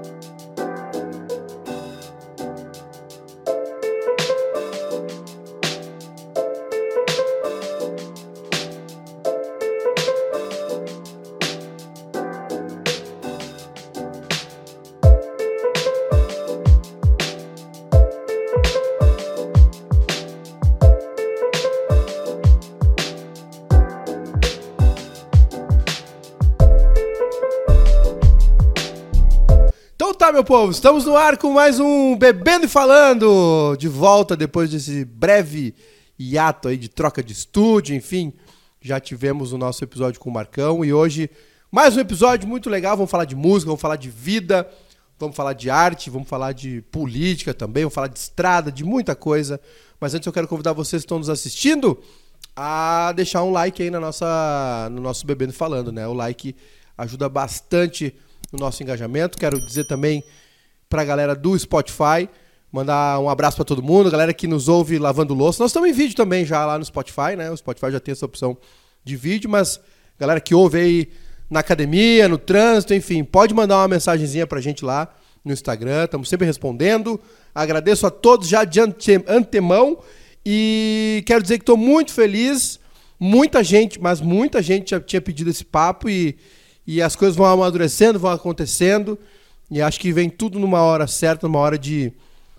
Meu povo, estamos no ar com mais um Bebendo e Falando, de volta depois desse breve hiato aí de troca de estúdio, enfim, já tivemos o nosso episódio com o Marcão e hoje mais um episódio muito legal, vamos falar de música, vamos falar de vida, vamos falar de arte, vamos falar de política também, vamos falar de estrada, de muita coisa, mas antes eu quero convidar vocês que estão nos assistindo a deixar um like aí no nosso Bebendo e Falando, né? O like ajuda bastante no nosso engajamento. Quero dizer também pra galera do Spotify, mandar um abraço pra todo mundo, galera que nos ouve lavando louça. Nós estamos em vídeo também já lá no Spotify, né? O Spotify já tem essa opção de vídeo, mas galera que ouve aí na academia, no trânsito, enfim, pode mandar uma mensagenzinha pra gente lá no Instagram, estamos sempre respondendo. Agradeço a todos já de antemão e quero dizer que estou muito feliz. Muita gente já tinha pedido esse papo e as coisas vão amadurecendo, vão acontecendo, e acho que vem tudo numa hora certa, numa hora que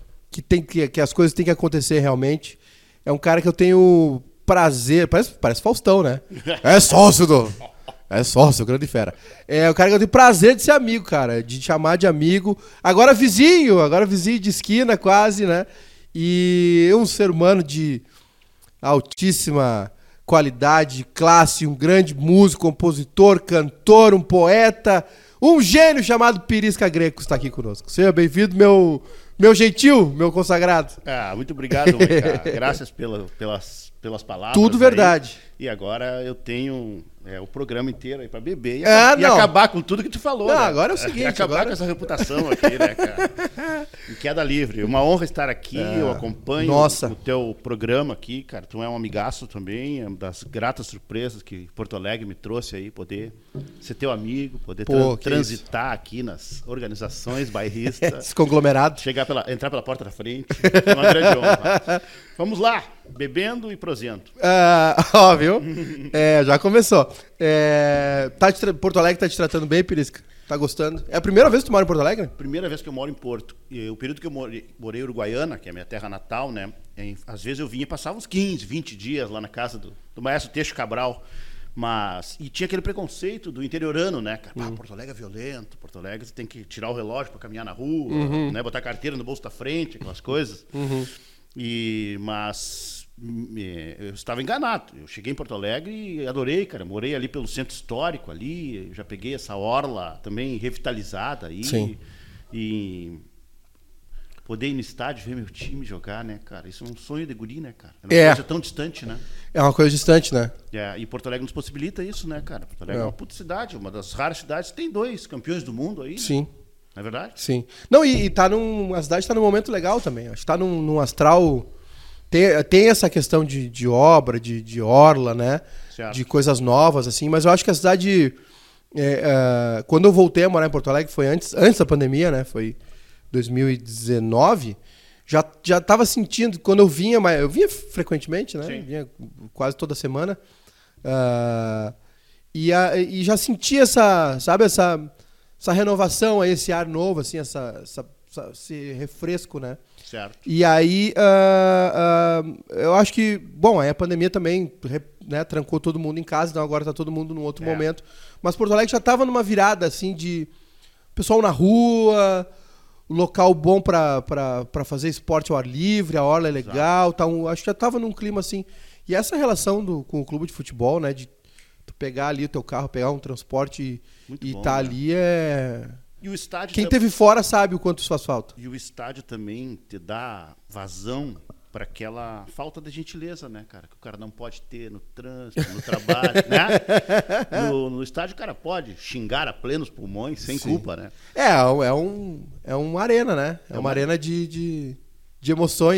as coisas têm que acontecer realmente. É um cara que eu tenho prazer, parece Faustão, né? É sócio, grande fera. É o cara que eu tenho prazer de ser amigo, cara, de chamar de amigo. Agora vizinho de esquina quase, né? E um ser humano de altíssima qualidade, classe, um grande músico, compositor, cantor, um poeta, um gênio chamado Pirisca Greco está aqui conosco. Seja bem-vindo, meu gentil, meu consagrado. Muito obrigado, Maiká. Graças pelas palavras. Tudo verdade. Aí. E agora eu tenho o programa inteiro aí pra beber e acabar com tudo que tu falou. Não, né? Agora é o seguinte. Acabar com essa reputação aqui, né, cara? Em queda livre. Uma honra estar aqui, eu acompanho o teu programa aqui, cara. Tu é um amigaço também, é uma das gratas surpresas que Porto Alegre me trouxe aí, poder ser teu amigo, poder transitar aqui nas organizações bairristas. Esse conglomerado. Entrar pela porta da frente. É uma grande honra. Vamos lá, bebendo e prosendo. Viu? Já começou. Porto Alegre tá te tratando bem, Pirisca? Tá gostando? É a primeira vez que tu mora em Porto Alegre? Primeira vez que eu moro em Porto. E o período que eu morei em Uruguaiana, que é a minha terra natal, né? Às vezes eu vinha e passava uns 15, 20 dias lá na casa do maestro Teixo Cabral. E tinha aquele preconceito do interiorano, né, cara? Porto Alegre é violento, Porto Alegre você tem que tirar o relógio para caminhar na rua, né? Botar a carteira no bolso da frente, aquelas coisas. Mas eu estava enganado. Eu cheguei em Porto Alegre e adorei, cara. Morei ali pelo centro histórico ali, já peguei essa orla também revitalizada aí. Sim. E poder ir no estádio ver meu time jogar, né, cara? Isso é um sonho de guri, né, cara? É uma coisa tão distante, né? É uma coisa distante, né? E Porto Alegre nos possibilita isso, né, cara? Porto Alegre é uma puta cidade, uma das raras cidades que tem 2 campeões do mundo aí. Sim. Né? Não é verdade? Sim. Não, a cidade tá num momento legal também. Acho que tá num astral. Tem essa questão de obra, de orla, né? Certo. De coisas novas, assim. Mas eu acho que a cidade. Quando eu voltei a morar em Porto Alegre, foi antes da pandemia, né? Foi 2019. Já tava sentindo. Quando eu vinha frequentemente, né? Sim. Vinha quase toda semana. E já sentia essa renovação, esse ar novo, assim, esse refresco, né? Certo. E aí, eu acho que, aí a pandemia também, né, trancou todo mundo em casa, então agora tá todo mundo num outro momento. Mas Porto Alegre já tava numa virada, assim, de pessoal na rua, local bom pra fazer esporte ao ar livre, a orla é legal, acho que já tava num clima assim. E essa relação com o clube de futebol, né, de tu pegar ali o teu carro, pegar um transporte e tá ali E o estádio Quem teve fora sabe o quanto isso faz falta. E o estádio também te dá vazão para aquela falta de gentileza, né, cara? Que o cara não pode ter no trânsito, no trabalho, né? No estádio o cara pode xingar a plenos pulmões, sem culpa, né? É uma arena, né? É uma arena de emoções.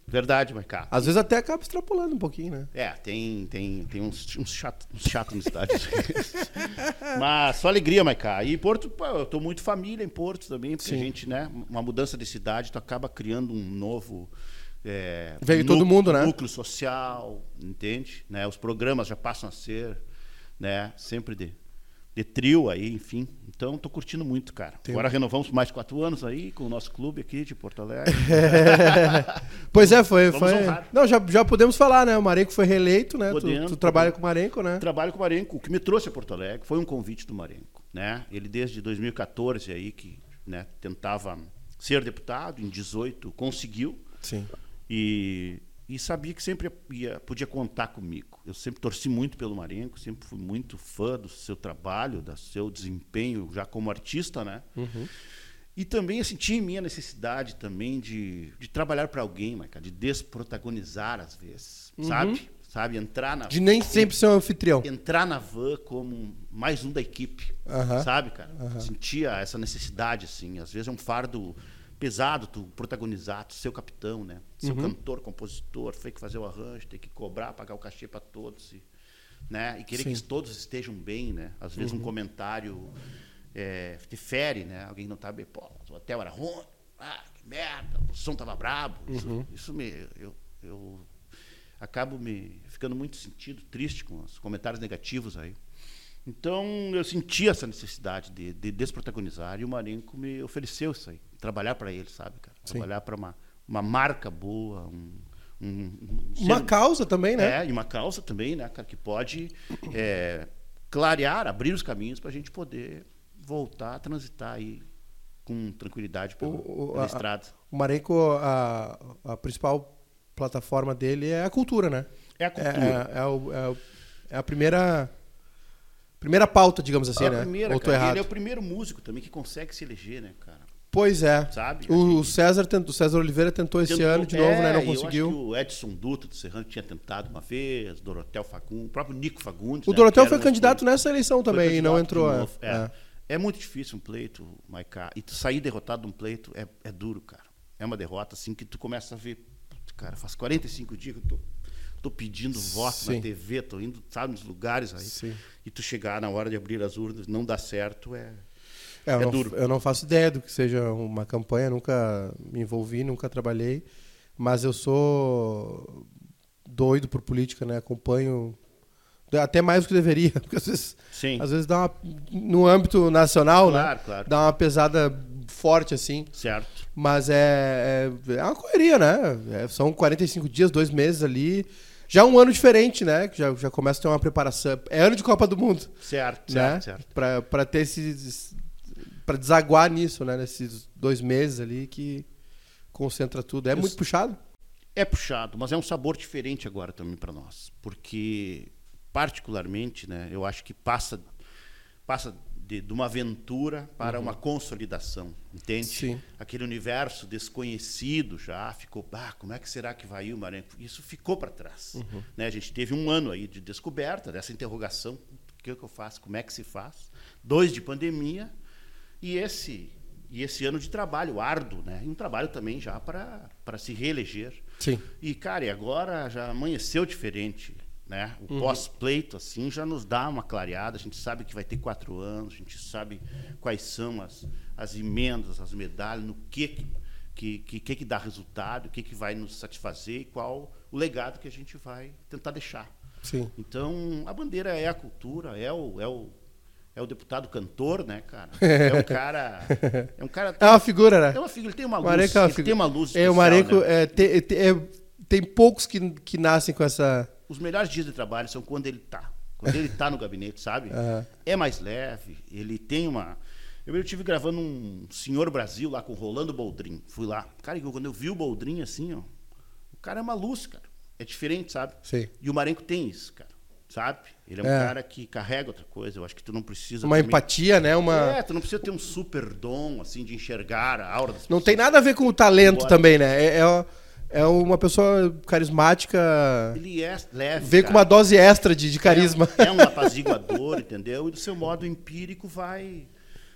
Verdade, Maiká. Às vezes até acaba extrapolando um pouquinho, né? Tem uns chato no estádio. Mas só alegria, Maiká. E Porto, pô, eu tô muito família em Porto também, porque a gente, né, uma mudança de cidade, tu acaba criando um novo... Veio todo mundo, né? Núcleo social, entende? Né? Os programas já passam a ser, né, sempre de trio aí, enfim. Então, tô curtindo muito, cara. Agora renovamos mais 4 anos aí com o nosso clube aqui de Porto Alegre. Pois é, foi. Honrar. Não, já podemos falar, né? O Marenco foi reeleito, né? Podemos, tu trabalha com o Marenco, né? Trabalho com o Marenco. O que me trouxe a Porto Alegre foi um convite do Marenco, né? Ele desde 2014 aí que, né, tentava ser deputado, em 2018 conseguiu. Sim. E sabia que sempre podia contar comigo. Eu sempre torci muito pelo Marenco, sempre fui muito fã do seu trabalho, do seu desempenho já como artista, né? Uhum. E também eu senti em mim a necessidade também de trabalhar para alguém, Maica, de desprotagonizar às vezes, sabe? Entrar na... De nem sempre ser um anfitrião. Entrar na van como mais um da equipe, sabe, cara? Sentia essa necessidade, assim. Às vezes é um fardo... pesado tu protagonizar, tu ser o capitão, né? Ser o cantor, compositor, tem que fazer o arranjo, tem que cobrar, pagar o cachê para todos, né? E querer que todos estejam bem, né? Às vezes um comentário te fere, né? Alguém não tá bem, pô, o hotel era ruim, que merda, o som tava brabo. Eu acabo me ficando muito sentido, triste com os comentários negativos aí. Então, eu senti essa necessidade de desprotagonizar e o Marenco me ofereceu isso aí. Trabalhar para ele, sabe, cara? Trabalhar para uma marca boa, uma causa também, né? E uma causa também, né, cara, que pode clarear, abrir os caminhos para a gente poder voltar a transitar aí com tranquilidade pela estrada. O Marenco, a principal plataforma dele é a cultura, né? É a cultura. É a primeira pauta, digamos assim, né? Ou tô errado? Ele é o primeiro músico também que consegue se eleger, né, cara? Pois é. Sabe? O César Oliveira tentou esse ano de novo, né? Não conseguiu. Eu acho que o Edson Dutra do Serrano tinha tentado uma vez, Dorotel Fagundes, o próprio Nico Fagundes. O Dorotel foi candidato nessa eleição também e não entrou. É muito difícil um pleito, Maiká. E tu sair derrotado de um pleito é duro, cara. É uma derrota assim que tu começa a ver, cara, faz 45 dias que eu tô pedindo voto na TV, tô indo, sabe, nos lugares aí. Sim. E tu chegar na hora de abrir as urnas, não dá certo, é duro. Eu não faço ideia do que seja uma campanha, nunca me envolvi, nunca trabalhei, mas eu sou doido por política, né? Acompanho até mais do que deveria, porque às vezes dá no âmbito nacional, claro, né? Claro. Dá uma pesada forte, assim. Certo. Mas é uma correria, né? São 45 dias, 2 meses ali. Já um ano diferente, né? Que já começa a ter uma preparação. É ano de Copa do Mundo. Certo. Pra ter pra desaguar nisso, né? Nesses 2 meses ali que concentra tudo. Muito puxado? É puxado, mas é um sabor diferente agora também para nós. Porque, particularmente, né? Eu acho que passa de uma aventura para uma consolidação, entende? Sim. Aquele universo desconhecido já ficou, como é que será que vai ir o Marenco? Isso ficou para trás. Né? A gente teve um ano aí de descoberta, dessa interrogação, o que eu faço, como é que se faz? 2 de pandemia e esse ano de trabalho árduo, né? E um trabalho também já para se reeleger. Sim. E, cara, e agora já amanheceu diferente. Né? O pós-pleito assim, já nos dá uma clareada, a gente sabe que vai ter 4 anos, a gente sabe quais são as emendas, as medalhas, no que dá resultado, o que vai nos satisfazer e qual o legado que a gente vai tentar deixar. Sim. Então, a bandeira é a cultura, é o deputado cantor, né, cara? É um cara... É uma figura, né? É uma figura, ele tem uma luz, ele tem uma luz especial, o Marenco, né? Tem poucos que nascem com essa... Os melhores dias de trabalho são quando ele está no gabinete, sabe? É mais leve, ele tem uma... Eu estive gravando um Senhor Brasil lá com o Rolando Boldrin. Fui lá. Cara, quando eu vi o Boldrin assim, ó, o cara é uma luz, cara. É diferente, sabe? Sim. E o Marenco tem isso, cara. Sabe? Ele é um cara que carrega outra coisa. Eu acho que tu não precisa... Uma empatia, né? tu não precisa ter um super dom, assim, de enxergar a aura das pessoas. Não tem nada a ver com o talento também, né? É uma pessoa carismática. Ele é leve. Vem com uma dose extra de carisma. É um apaziguador, entendeu? E do seu modo empírico vai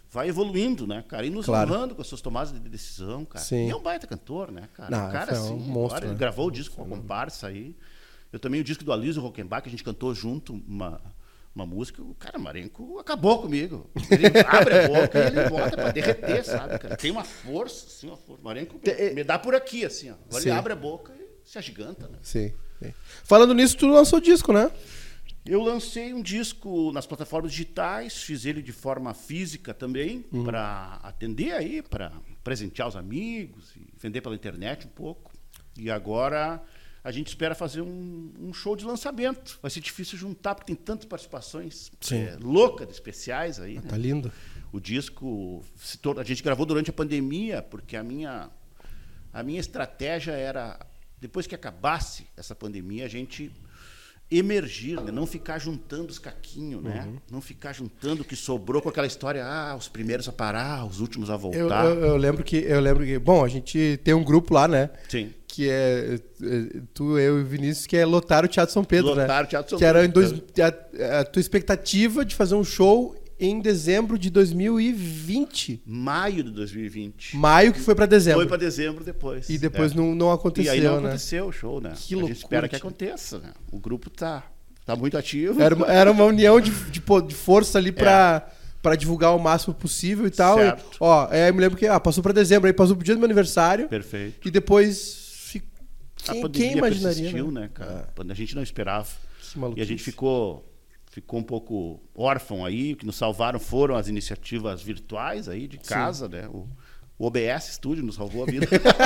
vai evoluindo, né, cara? E nos Claro. honrando com as suas tomadas de decisão, cara. Sim. E é um baita cantor, né, cara? Não, o cara, foi um assim, monstro, agora ele né? gravou o disco com a comparsa aí. Eu também, o disco do Anísio Rockenbach, a gente cantou junto uma música. O cara, Marenco, acabou comigo. Ele abre a boca e ele bota pra derreter, sabe, cara? Tem uma força, assim, uma força. Marenco me dá por aqui, assim, ó. Agora Sim. ele abre a boca e se agiganta, né? Sim. Falando nisso, tu lançou disco, né? Eu lancei um disco nas plataformas digitais, fiz ele de forma física também, para atender aí, para presentear os amigos e vender pela internet um pouco. E agora a gente espera fazer um show de lançamento. Vai ser difícil juntar, porque tem tantas participações loucas, especiais aí. Tá Né? lindo. O disco, a gente gravou durante a pandemia, porque a minha estratégia era, depois que acabasse essa pandemia, a gente emergir, né? Não ficar juntando os caquinhos, né? Não ficar juntando o que sobrou com aquela história, os primeiros a parar, os últimos a voltar. Eu lembro que, bom, a gente tem um grupo lá, né? Sim. Que é tu, eu e o Vinícius, que é lotar o Teatro São Pedro, né? Lotar o Teatro São que era Pedro. a tua expectativa de fazer um show em dezembro de 2020. Maio de 2020. Maio que foi pra dezembro. Foi para dezembro depois. E depois não aconteceu, E aí não né? aconteceu o show, né? Que a loucura, gente espera que tio. aconteça, né? O grupo tá muito ativo. Era uma união de força ali pra divulgar o máximo possível e tal. Certo. E, ó, eu me lembro que passou pra dezembro, aí passou pro dia do meu aniversário. Perfeito. E depois... A Quem pandemia imaginaria, persistiu, né? né, cara? A gente não esperava. Que maluquice. E a gente ficou um pouco órfão aí. O que nos salvaram foram as iniciativas virtuais aí de casa, né? O OBS Studio nos salvou a vida.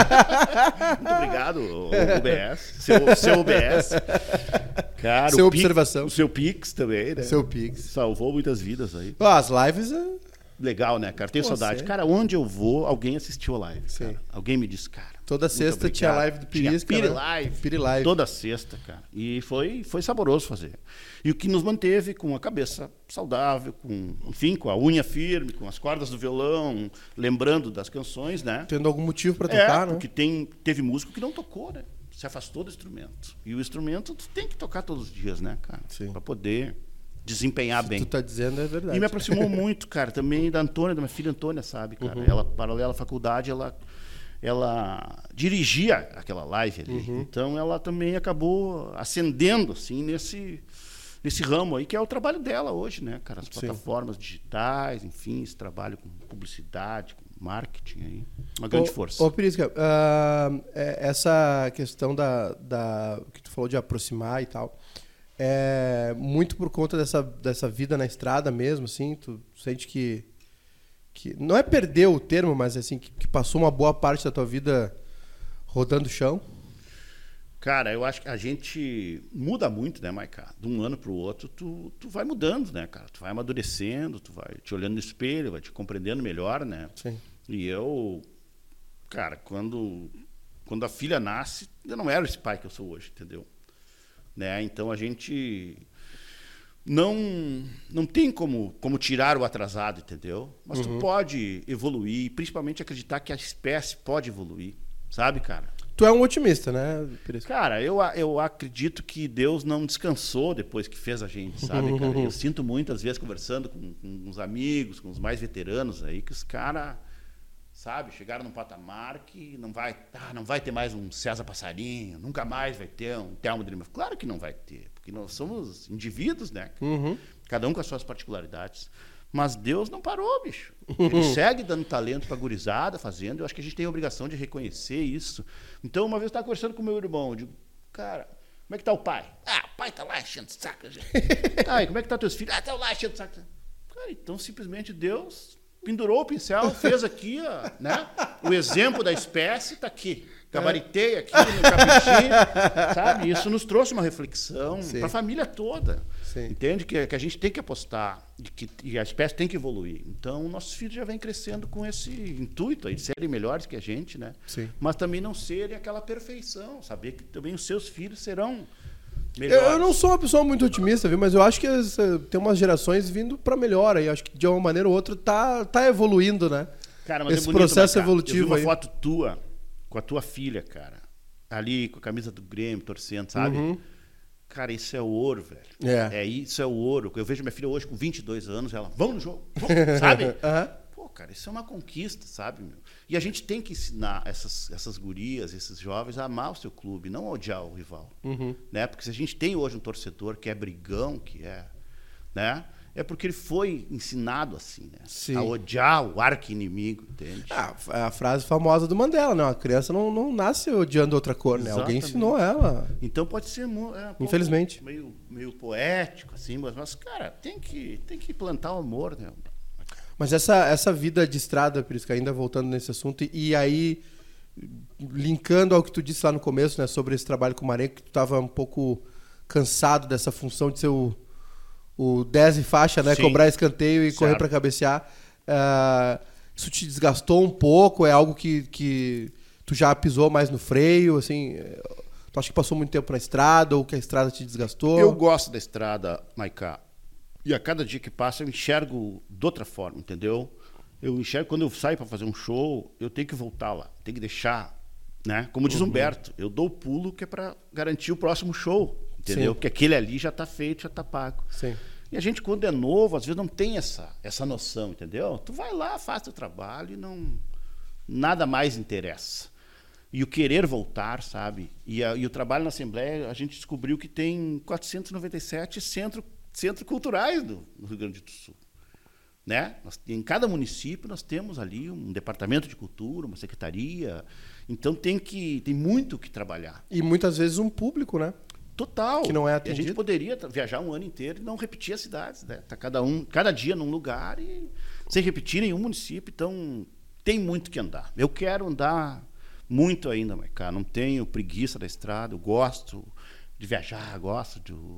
Muito obrigado, OBS. Seu OBS. Cara, Seu observação. O seu Pix também, né? Seu Pix. Salvou muitas vidas aí. Ó, as lives... Legal, né, cara? Tenho Pô, saudade. sério? Cara, onde eu vou, alguém assistiu a live. Sim. Cara. Alguém me disse, cara. Toda muito sexta tinha obrigado. live do Pirisca, Tinha Piri né? Live. Piri Live. Toda sexta, cara. E foi saboroso fazer. E o que nos manteve com a cabeça saudável, com a unha firme, com as cordas do violão, lembrando das canções, né? Tendo algum motivo pra tocar, né? Porque teve músico que não tocou, né? Se afastou do instrumento. E o instrumento tu tem que tocar todos os dias, né, cara? Sim. Pra poder desempenhar Se bem. tu tá dizendo é verdade. E me aproximou muito, cara, também da Antônia, da minha filha Antônia, sabe, cara? Ela, paralela à faculdade, ela dirigia aquela live ali. Então, ela também acabou ascendendo, assim, nesse ramo aí, que é o trabalho dela hoje, né, cara? As plataformas digitais, enfim, esse trabalho com publicidade, com marketing aí. Uma grande força. Ô, Pirisca, essa questão que tu falou de aproximar e tal, é muito por conta dessa vida na estrada mesmo, assim? Tu sente que não é perder o termo, mas assim, que passou uma boa parte da tua vida rodando o chão? Cara, eu acho que a gente muda muito, né, Maiká? De um ano para o outro, tu vai mudando, né, cara? Tu vai amadurecendo, tu vai te olhando no espelho, vai te compreendendo melhor, né? Sim. E eu, cara, quando a filha nasce, eu não era esse pai que eu sou hoje, entendeu? Né? Então a gente não tem como tirar o atrasado, entendeu? Mas tu pode evoluir, principalmente acreditar que a espécie pode evoluir, sabe, cara? Tu é um otimista, né, Pirisca? Cara, eu acredito que Deus não descansou depois que fez a gente, sabe, cara? Eu sinto muitas vezes conversando com uns amigos, com os mais veteranos aí, que os caras, sabe, chegaram num patamar que não vai ter mais um César Passarinho, nunca mais vai ter um Thelma de Lima. Claro que não vai ter, porque nós somos indivíduos, né? Cada um com as suas particularidades. Mas Deus não parou, bicho. Ele segue dando talento pra gurizada, fazendo. Eu acho que a gente tem a obrigação de reconhecer isso. Então, uma vez eu estava conversando com meu irmão, eu digo, cara, como é que tá o pai? O pai tá lá enchendo o saco. Gente. E como é que tá teus filhos? Tá lá enchendo o saco. Cara, então simplesmente Deus pendurou o pincel, fez aqui, né? O exemplo da espécie tá aqui. Gabaritei aqui no capritinho, sabe? Isso nos trouxe uma reflexão para a família toda. Sim. Entende? Que a gente tem que apostar e a espécie tem que evoluir. Então, nossos filhos já vêm crescendo com esse intuito aí de serem melhores que a gente, né? Sim. Mas também não serem aquela perfeição, saber que também os seus filhos serão melhores. Eu não sou uma pessoa muito otimista, viu? Mas eu acho que tem umas gerações vindo para melhor aí. Acho que de uma maneira ou outra tá evoluindo, né? Cara, mas esse é bonito, processo né, cara? evolutivo Eu vi uma aí. foto tua com a tua filha, cara. Ali com a camisa do Grêmio, torcendo, sabe? Cara, isso é ouro, velho. Isso é ouro. Eu vejo minha filha hoje com 22 anos, ela, vamos no jogo, vamos, sabe? cara, isso é uma conquista, sabe, meu? E a gente tem que ensinar essas gurias, esses jovens a amar o seu clube, não a odiar o rival, né? Porque se a gente tem hoje um torcedor que é brigão, que é, né? É porque ele foi ensinado assim, né? Sim. A odiar o arqui-inimigo, entende? A frase famosa do Mandela, né? A criança não nasce odiando outra cor, né? Alguém ensinou ela. Então pode ser infelizmente meio poético, assim, mas cara, tem que plantar o amor, né? Mas essa vida de estrada, Prisca, ainda voltando nesse assunto, e aí, linkando ao que tu disse lá no começo, né? Sobre esse trabalho com o Marenco, que tu estava um pouco cansado dessa função de ser o 10 e faixa, né? Sim. Cobrar escanteio e correr para cabecear. Isso te desgastou um pouco? É algo que tu já pisou mais no freio? Assim, tu acha que passou muito tempo na estrada ou que a estrada te desgastou? Eu gosto da estrada, Maiká. E a cada dia que passa eu enxergo de outra forma, entendeu? Eu enxergo quando eu saio para fazer um show, eu tenho que voltar lá, tenho que deixar, né? Como diz Humberto, eu dou o pulo que é para garantir o próximo show. Entendeu? Sim. Porque aquele ali já está feito, já está pago. Sim. E a gente, quando é novo, às vezes não tem essa noção, entendeu? Tu vai lá, faz teu trabalho e nada mais interessa. E o querer voltar, sabe? E o trabalho na Assembleia, a gente descobriu que tem 497 centros culturais no Rio Grande do Sul. Né? Em cada município nós temos ali um departamento de cultura, uma secretaria. Então tem muito o que trabalhar. E muitas vezes um público, né? Total. Que não é atendido. E a gente poderia viajar um ano inteiro e não repetir as cidades, né? Tá cada dia num lugar e sem repetir nenhum município. Então, tem muito que andar. Eu quero andar muito ainda, Maiká. Não tenho preguiça da estrada. Eu gosto de viajar, gosto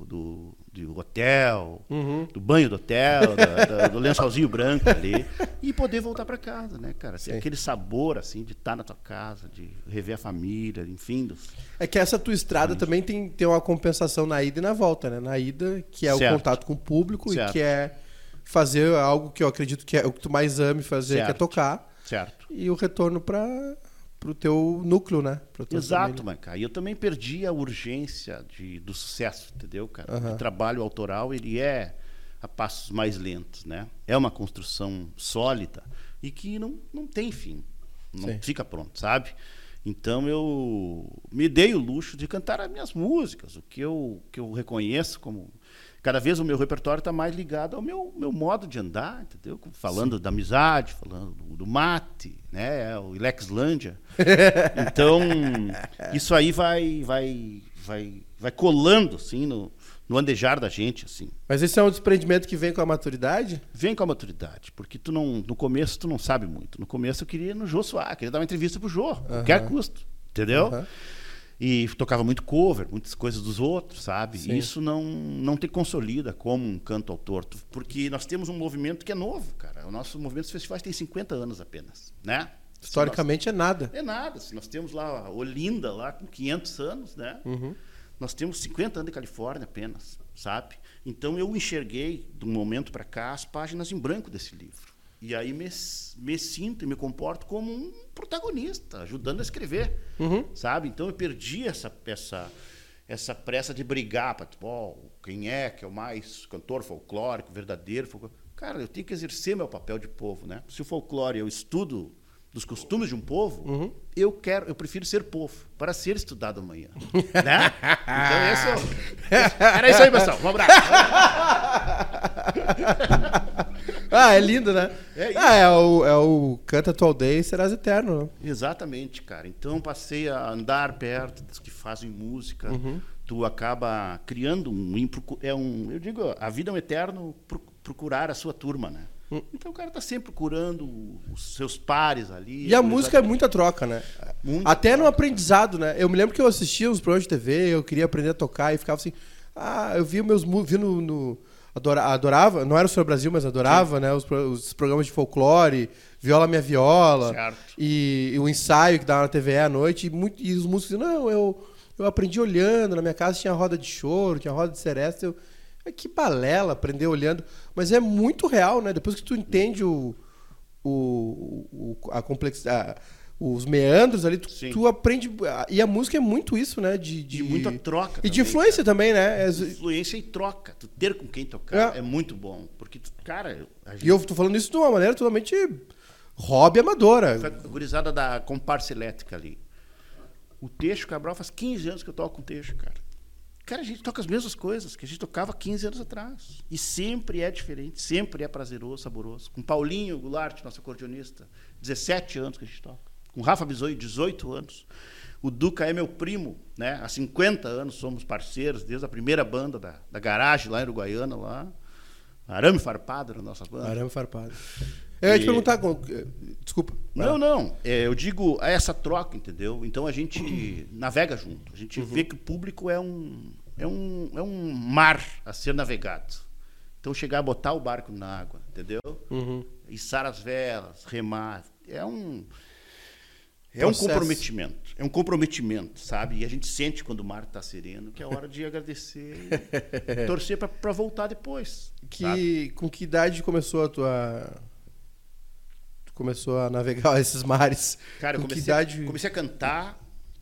do hotel, do banho do hotel, do lençolzinho branco ali. E poder voltar para casa, né, cara? Ter aquele sabor, assim, de estar na tua casa, de rever a família, enfim. É que essa tua estrada também tem uma compensação na ida e na volta, né? Na ida, que é o contato com o público e que é fazer algo que eu acredito que é o que tu mais ame fazer, que é tocar. Certo. E o retorno pro teu núcleo, né? Exato, Maiká. E eu também perdi a urgência do sucesso, entendeu, cara? O trabalho autoral, ele é a passos mais lentos, né? É uma construção sólida e que não tem fim. Não fica pronto, sabe? Então eu me dei o luxo de cantar as minhas músicas, o que eu reconheço como... Cada vez o meu repertório está mais ligado ao meu modo de andar, entendeu? Falando da amizade, falando do mate, né? O Ilexlândia. Então, isso aí vai colando, assim, no andejar da gente, assim. Mas esse é um desprendimento que vem com a maturidade? Vem com a maturidade, porque no começo tu não sabe muito. No começo eu queria ir no Jô Soares, queria dar uma entrevista pro Jô, qualquer custo, entendeu? E tocava muito cover, muitas coisas dos outros, sabe? E isso não te consolida como um canto autor, porque nós temos um movimento que é novo, cara. O nosso movimento dos festivais tem 50 anos apenas, né? Historicamente é nada. É nada. Se nós temos lá a Olinda, lá com 500 anos, né? Nós temos 50 anos de Califórnia apenas, sabe? Então eu enxerguei, de um momento para cá, as páginas em branco desse livro. E aí me sinto e me comporto como um protagonista, ajudando a escrever, sabe? Então eu perdi essa pressa de brigar para quem é que é o mais cantor folclórico, verdadeiro folclórico. Cara, eu tenho que exercer meu papel de povo, né? Se o folclore eu estudo dos costumes de um povo, eu prefiro ser povo para ser estudado amanhã, né? Então era isso aí, pessoal. Um abraço. É lindo, né? É o Canta Tua Aldeia e Serás Eterno. Né? Exatamente, cara. Então passei a andar perto dos que fazem música. Tu acaba criando eu digo, a vida é um eterno procurar a sua turma, né? Então o cara tá sempre procurando os seus pares ali. E a música é muita troca, né? Até no aprendizado, né? Eu me lembro que eu assistia uns programas de TV, eu queria aprender a tocar e ficava assim... eu vi adorava, não era o Senhor Brasil, mas adorava, né? Os programas de folclore, Viola Minha Viola. Certo. E o ensaio que dava na TVE à noite. E os músicos diziam, eu aprendi olhando, na minha casa tinha roda de choro, tinha roda de seresta, que balela aprender olhando, mas é muito real, né? Depois que tu entende a complexidade, os meandros ali, tu aprende. E a música é muito isso, né? De muita troca. E também, de influência também, né? Influência e troca. Tu ter com quem tocar é muito bom. Porque, cara. E eu tô falando isso de uma maneira totalmente hobby amadora. Foi a gurizada da comparsa elétrica ali. O Teixo Cabral faz 15 anos que eu toco com o Teixo, cara. Cara, a gente toca as mesmas coisas que a gente tocava 15 anos atrás. E sempre é diferente, sempre é prazeroso, saboroso. Com Paulinho Goulart, nosso acordeonista, 17 anos que a gente toca. Com Rafa Bisoi, 18 anos. O Duca é meu primo, né? Há 50 anos somos parceiros, desde a primeira banda da garagem lá em Uruguaiana, lá. Arame Farpado era a nossa banda. Arame Farpado. Eu ia te perguntar... Desculpa. Não. Eu digo essa troca, entendeu? Então a gente navega junto. A gente vê que o público é um mar a ser navegado. Então chegar a botar o barco na água, entendeu? Içar as velas, remar. É um comprometimento. É um comprometimento, sabe? E a gente sente quando o mar está sereno que é hora de agradecer e torcer para voltar depois. Com que idade começou a navegar esses mares? Cara, eu comecei a cantar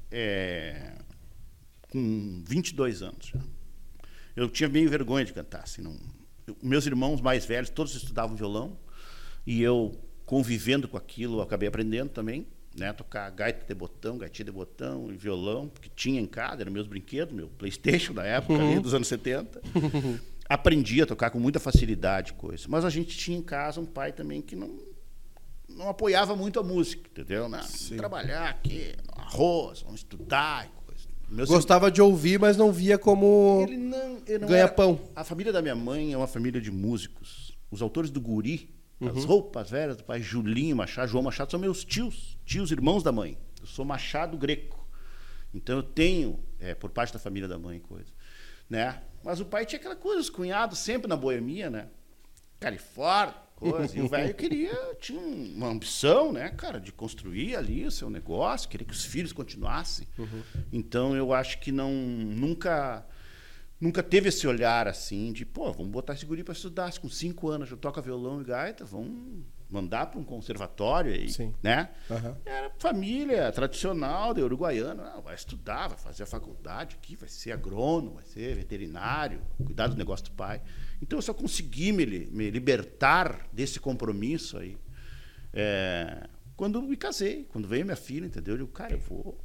com 22 anos já. Eu tinha meio vergonha de cantar. Assim, meus irmãos mais velhos, todos estudavam violão, e eu, convivendo com aquilo, eu acabei aprendendo também, né, tocar gaita de botão, gaitinha de botão e violão, porque tinha em casa, eram meus brinquedos, meu PlayStation da época, ali, dos anos 70. Aprendi a tocar com muita facilidade, coisa. Mas a gente tinha em casa um pai também que não apoiava muito a música, entendeu? Vamos trabalhar aqui, no arroz, vamos estudar e coisa. Gostava de ouvir, mas não via como ganha-pão. A família da minha mãe é uma família de músicos. Os autores do Guri, as roupas velhas do pai Julinho Machado, João Machado, são meus tios irmãos da mãe. Eu sou Machado Greco. Então eu tenho, por parte da família da mãe, coisa. Né? Mas o pai tinha aquela coisa, os cunhados sempre na boemia, né? Califórnia, coisa. E o velho tinha uma ambição, né, cara, de construir ali o seu negócio, queria que os filhos continuassem. Então eu acho que nunca teve esse olhar assim de, vamos botar esse guri para estudar. Se com 5 anos já toca violão e gaita, vamos mandar para um conservatório aí, né? Era família tradicional de Uruguaiana, vai estudar, vai fazer a faculdade aqui, vai ser agrônomo, vai ser veterinário, cuidar do negócio do pai. Então eu só consegui me libertar desse compromisso aí quando me casei, quando veio minha filha, entendeu? Eu digo, cara,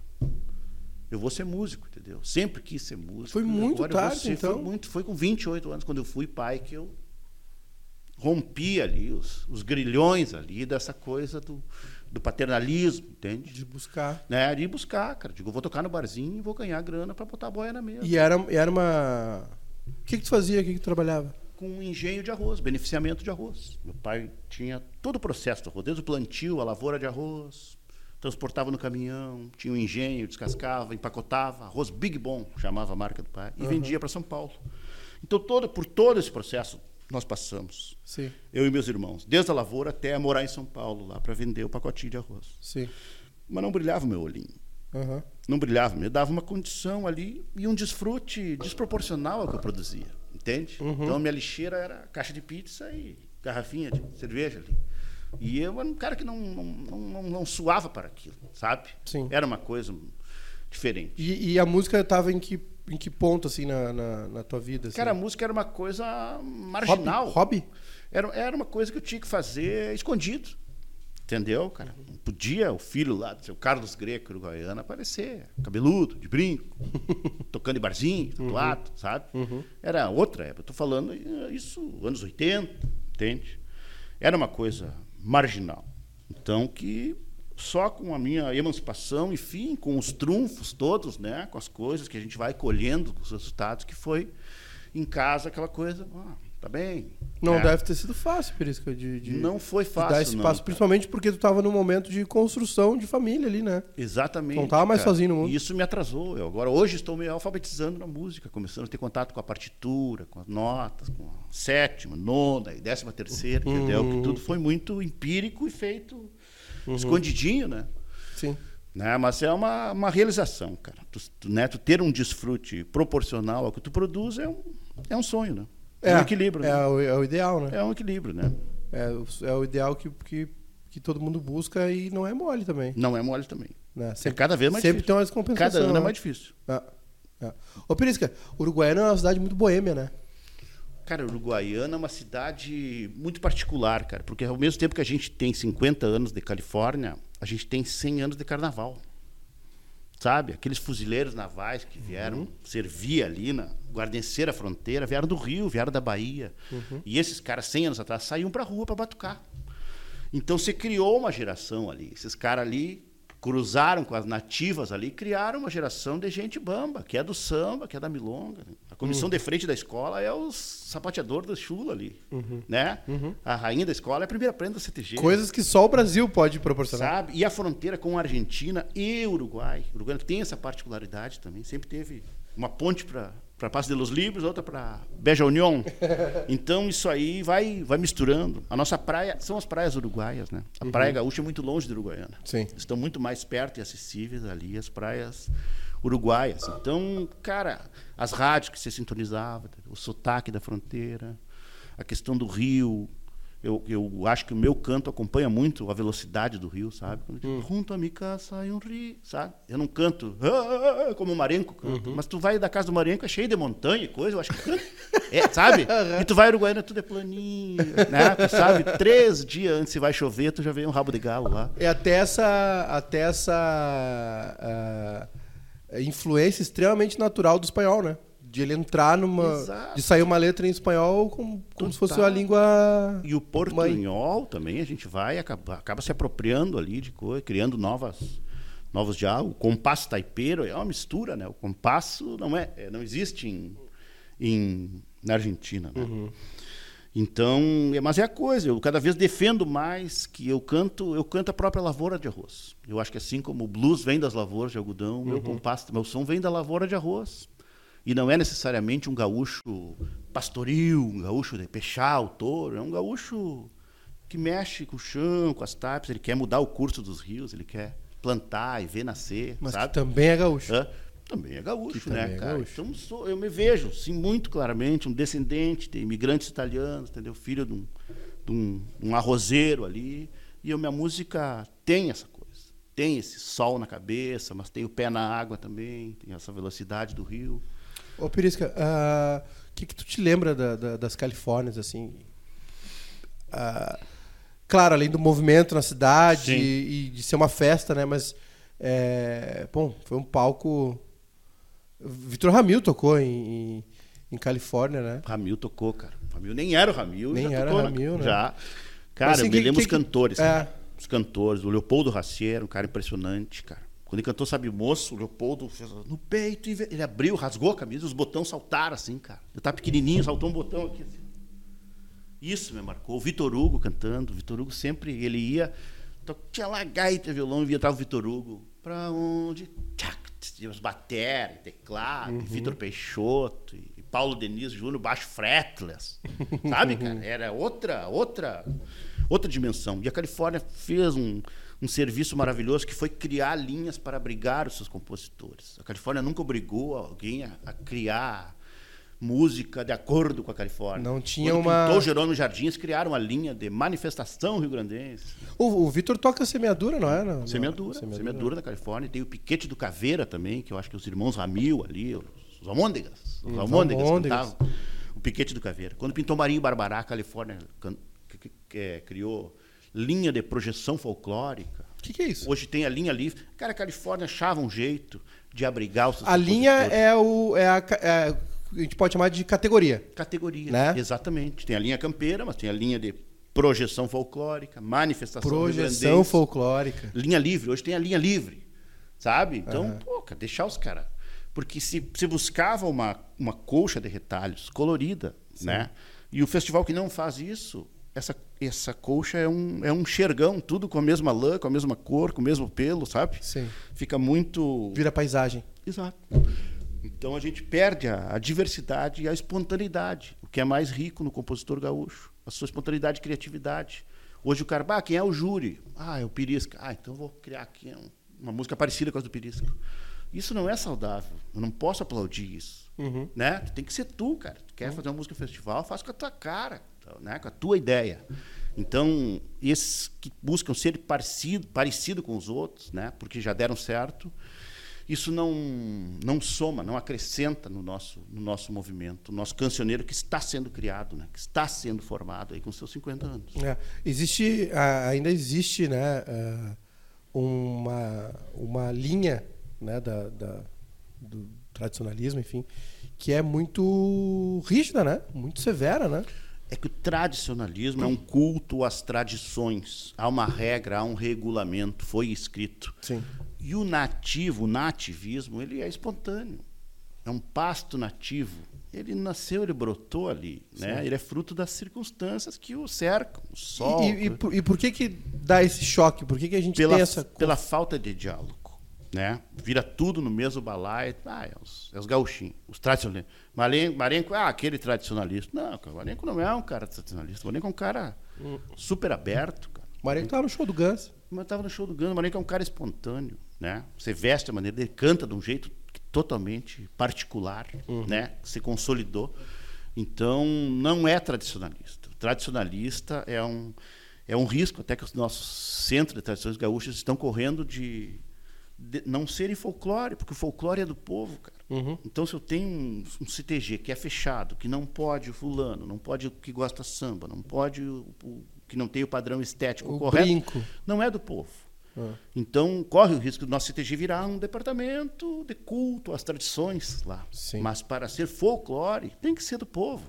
eu vou ser músico, entendeu? Sempre quis ser músico. Foi muito tarde, então? Foi com 28 anos, quando eu fui pai, que eu rompi ali os grilhões ali dessa coisa do paternalismo, entende? De buscar. Né? De buscar, cara. Digo, eu vou tocar no barzinho e vou ganhar grana para botar a boia na mesa. E era uma... O que tu fazia? O que tu trabalhava? Com um engenho de arroz, beneficiamento de arroz. Meu pai tinha todo o processo do arroz, desde o plantio, a lavoura de arroz, transportava no caminhão, tinha um engenho, descascava, empacotava, arroz Big Bom, chamava a marca do pai, e vendia para São Paulo. Então, por todo esse processo, nós passamos. Sim. Eu e meus irmãos, desde a lavoura até morar em São Paulo, lá para vender o pacotinho de arroz. Sim. Mas não brilhava o meu olhinho. Não brilhava, me dava uma condição ali e um desfrute desproporcional ao que eu produzia, entende? Então, a minha lixeira era caixa de pizza e garrafinha de cerveja ali. E eu era um cara que não suava para aquilo, sabe? Sim. Era uma coisa diferente. E a música estava em que ponto, assim, na tua vida? Assim? Cara, a música era uma coisa marginal. Hobby? Era uma coisa que eu tinha que fazer escondido. Entendeu, cara? Não podia o filho lá do seu Carlos Greco, uruguaiano, aparecer cabeludo, de brinco, tocando em barzinho, tatuado, sabe? Era outra época. Eu tô falando isso, anos 80, entende? Era uma coisa marginal. Então, que só com a minha emancipação, enfim, com os trunfos todos, né? Com as coisas que a gente vai colhendo, os resultados, que foi em casa aquela coisa... Tá bem. Não deve ter sido fácil, Pirisca, não foi fácil, dar esse passo, principalmente porque tu estava num momento de construção de família ali, né? Exatamente. Não estava mais sozinho no mundo. E isso me atrasou. Hoje estou me alfabetizando na música, começando a ter contato com a partitura, com as notas, com a 7ª, 9ª e 13ª, entendeu? Que tudo foi muito empírico e feito escondidinho, né? Sim. Né? Mas é uma realização, cara. Tu ter um desfrute proporcional ao que tu produz é um sonho, né? É um equilíbrio. É o ideal, né? É um equilíbrio, né? É o ideal que todo mundo busca e não é mole também. Não é mole também. Né? Cada vez mais sempre difícil. Tem umas compensações. Cada ano é mais difícil. Ô, Pirisca, Uruguaiana é uma cidade muito boêmia, né? Cara, Uruguaiana é uma cidade muito particular, cara, porque ao mesmo tempo que a gente tem 50 anos de Califórnia, a gente tem 100 anos de carnaval. Sabe? Aqueles fuzileiros navais que vieram servir ali na guarneceira fronteira, vieram do Rio, vieram da Bahia. E esses caras, 100 anos atrás, saíam pra rua para batucar. Então você criou uma geração ali. Esses caras ali cruzaram com as nativas ali, criaram uma geração de gente bamba, que é do samba, que é da milonga. A comissão de frente da escola é os sapateadores da chula ali, né? A rainha da escola é a primeira prenda do CTG. Coisas que só o Brasil pode proporcionar. Sabe? E a fronteira com a Argentina e Uruguai. O Uruguai tem essa particularidade também. Sempre teve uma ponte para Passo de los Libres, outra para Beja União. Então, isso aí vai misturando. A nossa praia são as praias uruguaias, né? A Praia Gaúcha é muito longe de Uruguaiana. Sim. Estão muito mais perto e acessíveis ali as praias uruguaias. Então, cara, as rádios que você sintonizava, o sotaque da fronteira, a questão do rio. Eu acho que o meu canto acompanha muito a velocidade do rio, sabe? Quando eu digo, junto a minha casa sai um rio, sabe? Eu não canto como o Marenco canta, mas tu vai da casa do Marenco, é cheio de montanha e coisa, eu acho que canta. Sabe? E tu vai a Uruguaiana, tudo é planinho, né? Tu sabe, 3 dias antes se vai chover, tu já vê um rabo de galo lá. É até essa influência extremamente natural do espanhol, né? De ele entrar de sair uma letra em espanhol como se fosse uma língua. E o portunhol também, a gente vai acaba se apropriando ali de coisa, criando novos diálogos. O compasso taipeiro é uma mistura, né? O compasso não existe na Argentina, né? Então, mas é a coisa, eu cada vez defendo mais que eu canto a própria lavoura de arroz. Eu acho que assim como o blues vem das lavouras de algodão, meu som vem da lavoura de arroz. E não é necessariamente um gaúcho pastoril, um gaúcho de pechar o touro, é um gaúcho que mexe com o chão, com as tapas, ele quer mudar o curso dos rios, ele quer plantar e ver nascer, mas sabe? Que também é gaúcho. Também é gaúcho, que né, é cara? Gaúcho. Então eu me vejo, sim, muito claramente, um descendente de imigrantes italianos, entendeu? Filho de um arrozeiro ali, e minha música tem essa coisa. Tem esse sol na cabeça, mas tem o pé na água também, tem essa velocidade do rio. Ô, Pirisca, o que tu te lembra das Califórnias, assim? Claro, além do movimento na cidade e de ser uma festa, né? Mas, foi um palco... Vitor Ramil tocou em Califórnia, né? Ramil tocou, cara. Ramil nem era o Ramil. Nem era o Ramil, né? Já. Cara, assim, eu me lembro os cantores. Os cantores. O Leopoldo Racier, um cara impressionante, cara. Quando ele cantou Sabe Moço, o Leopoldo fez no peito, ele abriu, rasgou a camisa, os botões saltaram assim, cara. Eu tava pequenininho, saltou um botão aqui assim. Isso me marcou. O Vitor Hugo cantando. O Vitor Hugo sempre, ele ia, tinha lá gaita, violão, e tava o Vitor Hugo. Pra onde? Tinha os bateria, teclado, Vitor Peixoto, e Paulo Denis Júnior, baixo fretless. Sabe, cara? Era outra dimensão. E a Califórnia fez um serviço maravilhoso que foi criar linhas para abrigar os seus compositores. A Califórnia nunca obrigou alguém a criar música de acordo com a Califórnia. Não tinha Quando pintou Jerônimo Jardins, criaram uma linha de manifestação rio-grandense. O Vitor toca semeadura, não é? Não, semeadura da Califórnia. Tem o Piquete do Caveira também, que eu acho que os irmãos Ramil ali, os Almôndegas. Os Almôndegas cantavam o Piquete do Caveira. Quando pintou Marinho Barbará, a Califórnia criou linha de projeção folclórica. O que é isso? Hoje tem a linha livre. Cara, a Califórnia achava um jeito de abrigar os seus A linha a gente pode chamar de categoria. Categoria, né? Exatamente. Tem a linha campeira, mas tem a linha de projeção folclórica, manifestação projeção folclórica. Linha livre. Hoje tem a linha livre, sabe? Então, deixar os caras... Porque se buscava uma colcha de retalhos colorida, né? E o festival que não faz isso... Essa colcha é um xergão, tudo com a mesma lã, com a mesma cor, com o mesmo pelo, sabe? Sim. Fica muito... Vira paisagem. Exato. Então a gente perde a diversidade e a espontaneidade, o que é mais rico no compositor gaúcho. A sua espontaneidade e criatividade. Hoje o cara, quem é o júri? É o Pirisca. Então eu vou criar aqui uma música parecida com a do Pirisca. Isso não é saudável. Eu não posso aplaudir isso. Né? Tem que ser tu, cara. Tu quer fazer uma música no festival, faz com a tua cara. Né, com a tua ideia. Então, esses que buscam ser parecido com os outros, né, porque já deram certo, isso não soma, não acrescenta no nosso movimento, o nosso cancioneiro que está sendo criado, né? Que está sendo formado aí com seus 50 anos. Ainda existe, né, uma linha, né, do tradicionalismo, enfim, que é muito rígida, né? Muito severa, né? É que o tradicionalismo é um culto às tradições. Há uma regra, há um regulamento, foi escrito. Sim. E o nativismo, ele é espontâneo. É um pasto nativo. Ele nasceu, ele brotou ali, né? Ele é fruto das circunstâncias que o cercam, o sol. E por que dá esse choque? Por que a gente tem essa... Pela falta de diálogo, né? Vira tudo no mesmo balaio. É os gauchinhos, os tradicionalistas. Marenco, aquele tradicionalista. Não, o Marenco não é um cara tradicionalista. O Marenco é um cara super aberto, cara. O Marenco estava no show do Guns. Mas estava no show do Guns. O Marenco é um cara espontâneo, né? Você veste a maneira dele, canta de um jeito totalmente particular, né? Se consolidou. Então, não é tradicionalista. O tradicionalista é um risco, até que os nossos centros de tradições gaúchas estão correndo de não serem folclore, porque o folclore é do povo, cara. Então, se eu tenho um CTG que é fechado, que não pode o fulano, não pode o que gosta samba, não pode o que não tem o padrão estético correto, brinco. Não é do povo. Então, corre o risco do nosso CTG virar um departamento de culto às tradições lá. Sim. Mas para ser folclore, tem que ser do povo.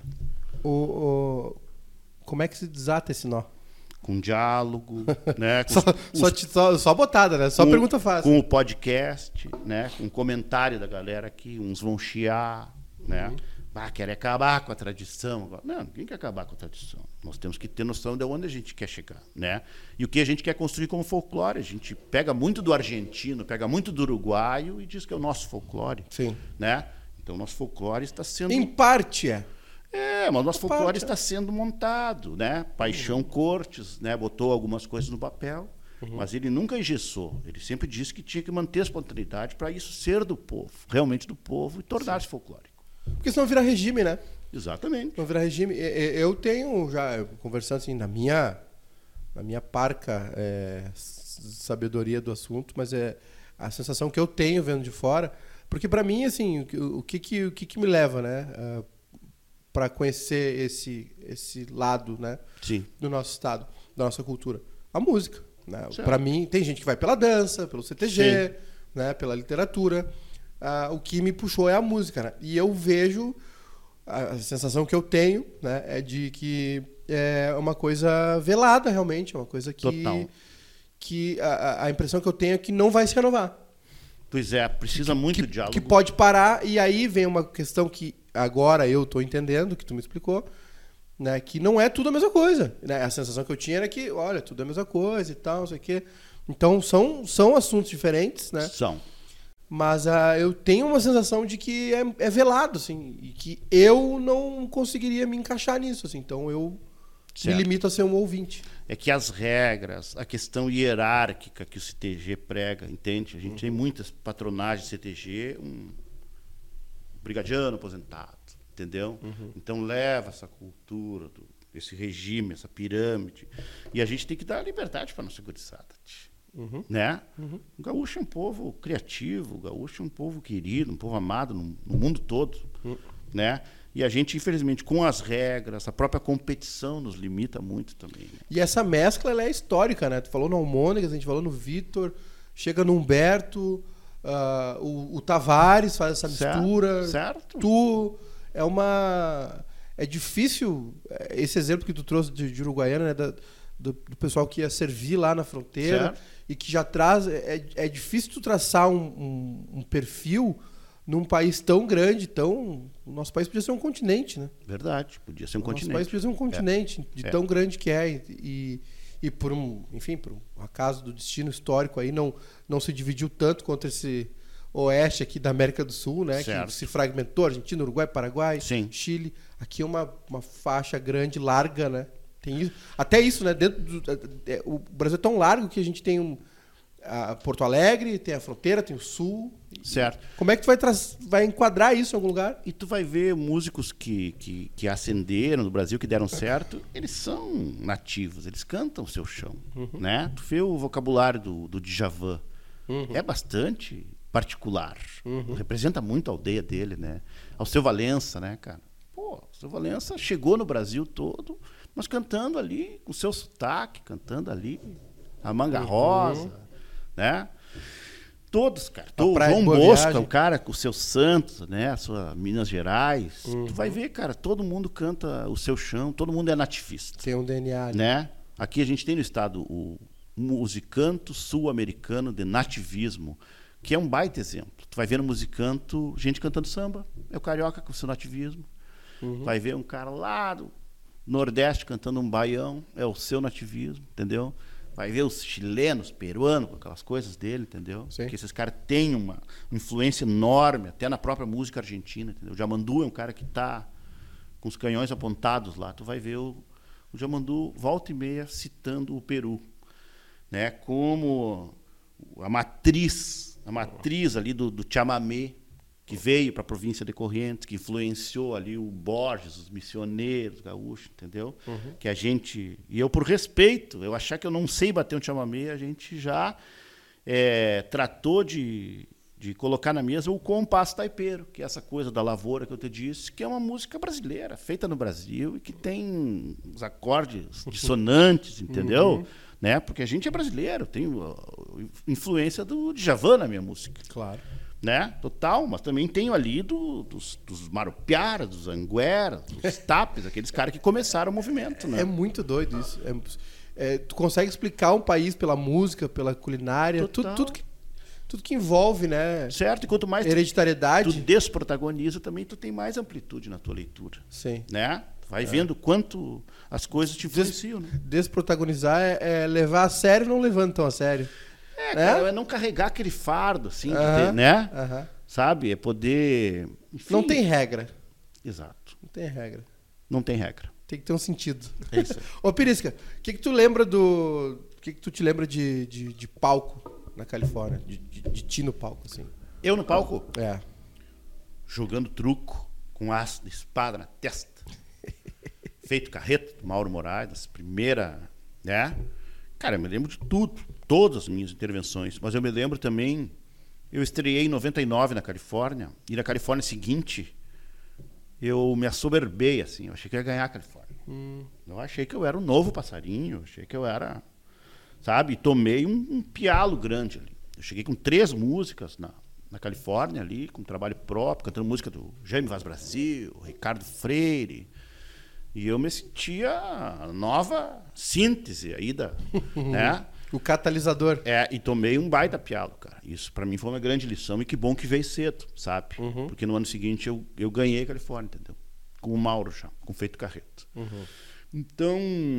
Como é que se desata esse nó? Com diálogo, né? Só botada, né? Só pergunta fácil. Com o podcast, né? Com o comentário da galera aqui, uns vão chiar, né? Querem acabar com a tradição. Não, ninguém quer acabar com a tradição. Nós temos que ter noção de onde a gente quer chegar, né? E o que a gente quer construir como folclore. A gente pega muito do argentino, pega muito do uruguaio e diz que é o nosso folclore. Sim. Né? Então, o nosso folclore está sendo... Em parte mas o nosso folclore está sendo montado, né? Paixão Cortes, né? Botou algumas coisas no papel, mas ele nunca engessou. Ele sempre disse que tinha que manter a espontaneidade para isso ser do povo, realmente do povo, e tornar-se folclórico. Porque senão vira regime, né? Exatamente. Não virar regime. Eu tenho já, conversando assim, na minha parca sabedoria do assunto, mas é a sensação que eu tenho vendo de fora, porque para mim, assim, o que me leva, né, para conhecer esse lado, né, Sim. do nosso estado, da nossa cultura, a música, né? Para mim, tem gente que vai pela dança, pelo CTG, né, pela literatura. O que me puxou é a música, né? E eu vejo, a sensação que eu tenho, né, é de que é uma coisa velada, realmente, é uma coisa que... Total. Que a impressão que eu tenho é que não vai se renovar. Pois é, precisa muito diálogo. Que pode parar, e aí vem uma questão que agora eu estou entendendo, que tu me explicou, né, que não é tudo a mesma coisa. Né? A sensação que eu tinha era que, olha, tudo é a mesma coisa e tal, não sei o quê. Então, são assuntos diferentes, né? São. Mas eu tenho uma sensação de que é velado, assim, e que eu não conseguiria me encaixar nisso, assim. Então eu me limito a ser um ouvinte. É que as regras, a questão hierárquica que o CTG prega, entende? A gente tem muitas patronagens de CTG, um brigadiano aposentado, entendeu? Então leva essa cultura, esse regime, essa pirâmide, e a gente tem que dar liberdade para a nossa gurizada, né? O gaúcho é um povo criativo, o gaúcho é um povo querido, um povo amado no mundo todo, né? E a gente, infelizmente, com as regras, a própria competição nos limita muito também. Né? E essa mescla, ela é histórica, né? Tu falou no Almônegas, a gente falou no Vitor, chega no Humberto, o Tavares faz essa mistura. Certo. É difícil, esse exemplo que tu trouxe de Uruguaiana, né? Do pessoal que ia servir lá na fronteira, certo. E que já traz... É difícil tu traçar um perfil num país tão grande, o nosso país podia ser um continente, né? Verdade, podia ser um continente. Nosso país podia ser um continente, tão grande que é. E por um acaso do destino histórico aí, não se dividiu tanto contra esse oeste aqui da América do Sul, né? Certo. Que se fragmentou, Argentina, Uruguai, Paraguai, Sim. Chile. Aqui é uma faixa grande, larga, né? Tem isso, até isso, né? O Brasil é tão largo que a gente tem Porto Alegre, tem a fronteira, tem o Sul. Certo. Como é que tu vai enquadrar isso em algum lugar? E tu vai ver músicos que ascenderam no Brasil, que deram certo, eles são nativos, eles cantam o seu chão, né? Tu vê o vocabulário do Djavan, é bastante particular. Representa muito a aldeia dele, né? Ao Seu Valença, né, cara? Pô, o Seu Valença chegou no Brasil todo, mas cantando ali, com o seu sotaque, cantando ali, a Manga Rosa, né? Todos, cara. O João Bosco, o cara com o seu Santos, né? A sua Minas Gerais. Tu vai ver, cara, todo mundo canta o seu chão, todo mundo é nativista. Tem um DNA, né? Aqui a gente tem no estado o Musicanto Sul-Americano de Nativismo, que é um baita exemplo. Tu vai ver no Musicanto gente cantando samba, é o carioca com o seu nativismo. Vai ver um cara lá do Nordeste cantando um baião, é o seu nativismo, entendeu? Vai ver os chilenos, peruanos, com aquelas coisas dele, entendeu? Sim. Porque esses caras têm uma influência enorme, até na própria música argentina, entendeu? O Jamandu é um cara que está com os canhões apontados lá. Tu vai ver o Jamandu, volta e meia, citando o Peru, né? Como a matriz ali do chamamé, que veio para a província de Corrientes, que influenciou ali o Borges, os missioneiros gaúchos, entendeu? Que a gente... E eu, por respeito, eu achar que eu não sei bater um chamamé, a gente já tratou de colocar na mesa o compasso taipeiro, que é essa coisa da lavoura que eu te disse, que é uma música brasileira, feita no Brasil e que tem os acordes dissonantes, entendeu? Né? Porque a gente é brasileiro, tem influência do Djavan na minha música. Claro. Né? Total, mas também tenho ali dos Marupiara, dos Anguera, dos Tapes, aqueles caras que começaram o movimento. Né? É muito doido isso. Tu consegue explicar um país pela música, pela culinária, tudo que envolve, né? Certo, e quanto mais hereditariedade, tu desprotagoniza, também tu tem mais amplitude na tua leitura. Sim. Né? Vai vendo quanto as coisas te influenciam. Né? Desprotagonizar é levar a sério, não levando tão a sério. Cara, é não carregar aquele fardo, assim, né? Sabe? É poder... Enfim. Não tem regra. Exato. Não tem regra. Não tem regra. Tem que ter um sentido. É isso aí. Ô, Pirisca, o que tu lembra O que tu te lembra de palco na Califórnia? De ti no palco, assim? Eu no palco? Jogando truco com aço de espada na testa. Feito carreto do Mauro Moraes, primeira, né? Cara, eu me lembro de tudo, todas as minhas intervenções, mas eu me lembro também, eu estreiei em 99 na Califórnia, e na Califórnia seguinte, eu me assoberbei, assim, eu achei que eu ia ganhar a Califórnia. Eu achei que eu era um novo passarinho, eu achei que eu era, sabe, e tomei um pialo grande ali. Eu cheguei com 3 músicas na Califórnia ali, com trabalho próprio, cantando música do Jaime Vaz Brasil, Ricardo Freire. E eu me sentia a nova síntese aí né? O catalisador. E tomei um baita pialo, cara. Isso para mim foi uma grande lição e que bom que veio cedo, sabe? Porque no ano seguinte eu ganhei a Califórnia, entendeu? Com o Mauro já, com Feito Carreto. Então,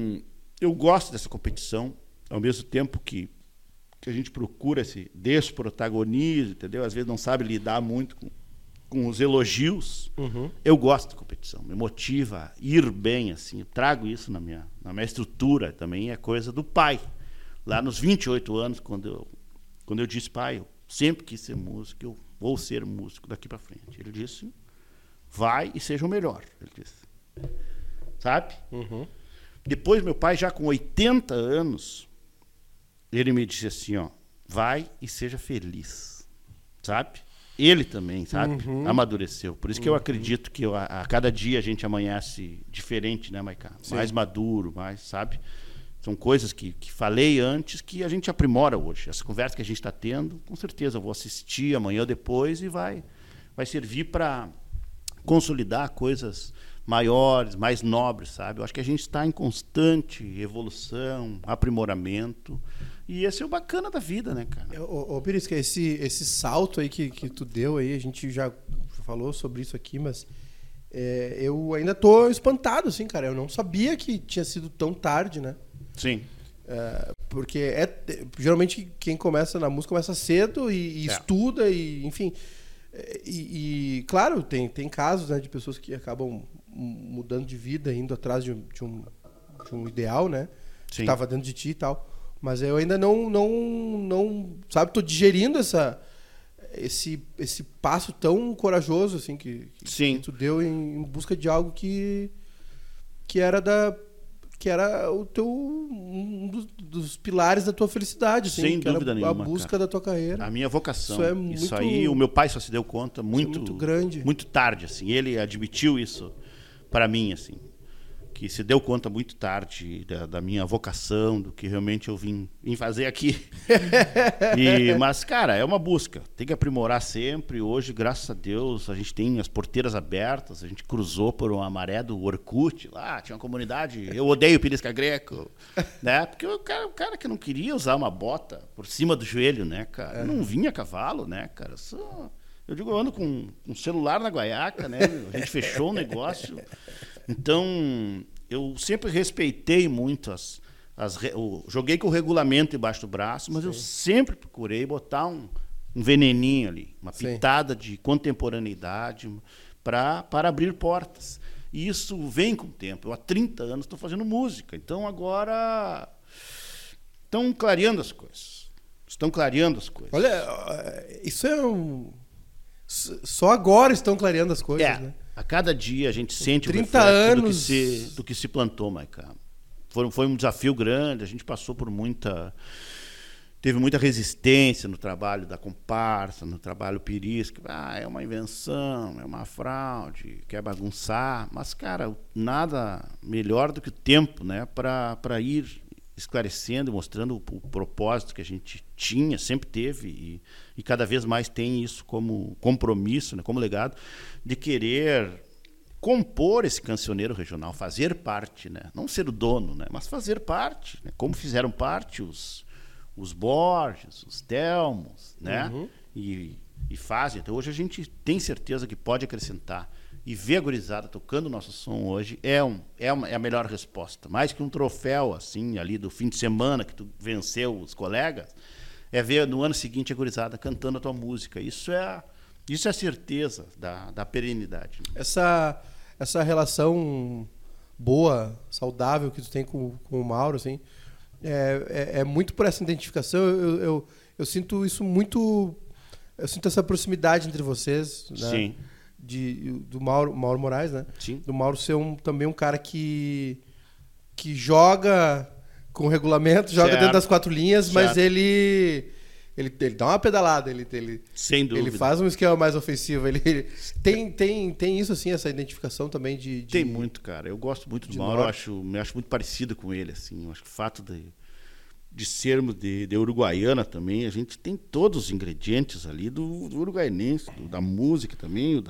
eu gosto dessa competição, ao mesmo tempo que a gente procura esse desprotagonismo, entendeu? Às vezes não sabe lidar muito com os elogios. Eu gosto de competição, me motiva a ir bem, assim. Eu trago isso na minha estrutura, também é coisa do pai. Lá nos 28 anos, quando eu disse, pai, eu sempre quis ser músico, eu vou ser músico daqui para frente. Ele disse, vai e seja o melhor. Ele disse, sabe? Depois, meu pai, já com 80 anos, ele me disse assim, ó, vai e seja feliz, sabe? Ele também, sabe? Amadureceu. Por isso que eu acredito que a cada dia a gente amanhece diferente, né, Maiká? Mais maduro, mais, sabe? São coisas que falei antes que a gente aprimora hoje. Essa conversa que a gente está tendo, com certeza eu vou assistir amanhã ou depois e vai servir para consolidar coisas maiores, mais nobres, sabe? Eu acho que a gente está em constante evolução, aprimoramento. E esse é o bacana da vida, né, cara? Ô, Pirisca, esse salto aí que tu deu aí, a gente já falou sobre isso aqui, mas eu ainda tô espantado, assim, cara. Eu não sabia que tinha sido tão tarde, né? Sim. Porque geralmente quem começa na música começa cedo e estuda, e enfim. E claro, tem casos, né, de pessoas que acabam mudando de vida, indo atrás de um ideal, né? Sim. Que estava dentro de ti e tal. Mas eu ainda não sabe, tô digerindo esse passo tão corajoso, assim, que tu deu em busca de algo que era que era dos pilares da tua felicidade, assim, Sem que era dúvida nenhuma, a busca cara. da tua carreira. A minha vocação. Isso é muito- Isso aí, o meu pai só se deu conta muito grande. muito tarde, assim. Ele admitiu isso para mim, assim, que se deu conta muito tarde da minha vocação, do que realmente eu vim fazer aqui. Mas, cara, é uma busca. Tem que aprimorar sempre. Hoje, graças a Deus, a gente tem as porteiras abertas. A gente cruzou por uma maré do Orkut. Lá tinha uma comunidade. Eu odeio Pirisca Greco. Né? Porque o cara que não queria usar uma bota por cima do joelho, né, cara? Eu não vinha a cavalo, né, cara? Eu digo, eu ando com um celular na guaiaca, né? A gente fechou o negócio. Então, eu sempre respeitei muito joguei com o regulamento embaixo do braço, mas eu sempre procurei botar um veneninho ali, uma pitada de contemporaneidade para abrir portas. E isso vem com o tempo. Eu há 30 anos estou fazendo música, então agora estão clareando as coisas. Olha, isso é só agora estão clareando as coisas, né? A cada dia a gente sente 30 o reflexo anos do que se plantou, Maica. Foi um desafio grande, a gente passou por teve muita resistência no trabalho da comparsa, no trabalho pirisca. É uma invenção, é uma fraude, quer bagunçar. Mas, cara, nada melhor do que o tempo, né, para ir esclarecendo e mostrando o propósito que a gente tinha, sempre teve e cada vez mais tem isso como compromisso, né, como legado, de querer compor esse cancioneiro regional, fazer parte, né, não ser o dono, né, mas fazer parte, né, como fizeram parte os Borges, os Telmos, né, e fazem. Então hoje a gente tem certeza que pode acrescentar. E ver a gurizada tocando o nosso som hoje é a melhor resposta. Mais que um troféu assim ali do fim de semana que tu venceu os colegas, é ver no ano seguinte a gurizada cantando a tua música. Isso é a certeza da perenidade. Essa relação boa, saudável que tu tem com o Mauro, assim, é muito por essa identificação. Eu sinto isso muito. Eu sinto essa proximidade entre vocês, né? Sim. Do Mauro Moraes, né? Sim. Do Mauro ser também um cara que joga com o regulamento, joga dentro das 4 linhas, mas ele dá uma pedalada, ele sem dúvida. Ele faz um esquema mais ofensivo, ele tem isso assim, essa identificação também de tem muito, cara. Eu gosto muito do Mauro, me acho muito parecido com ele, assim. Eu acho que o fato de sermos de Uruguaiana também, a gente tem todos os ingredientes ali do uruguaianense, da música também,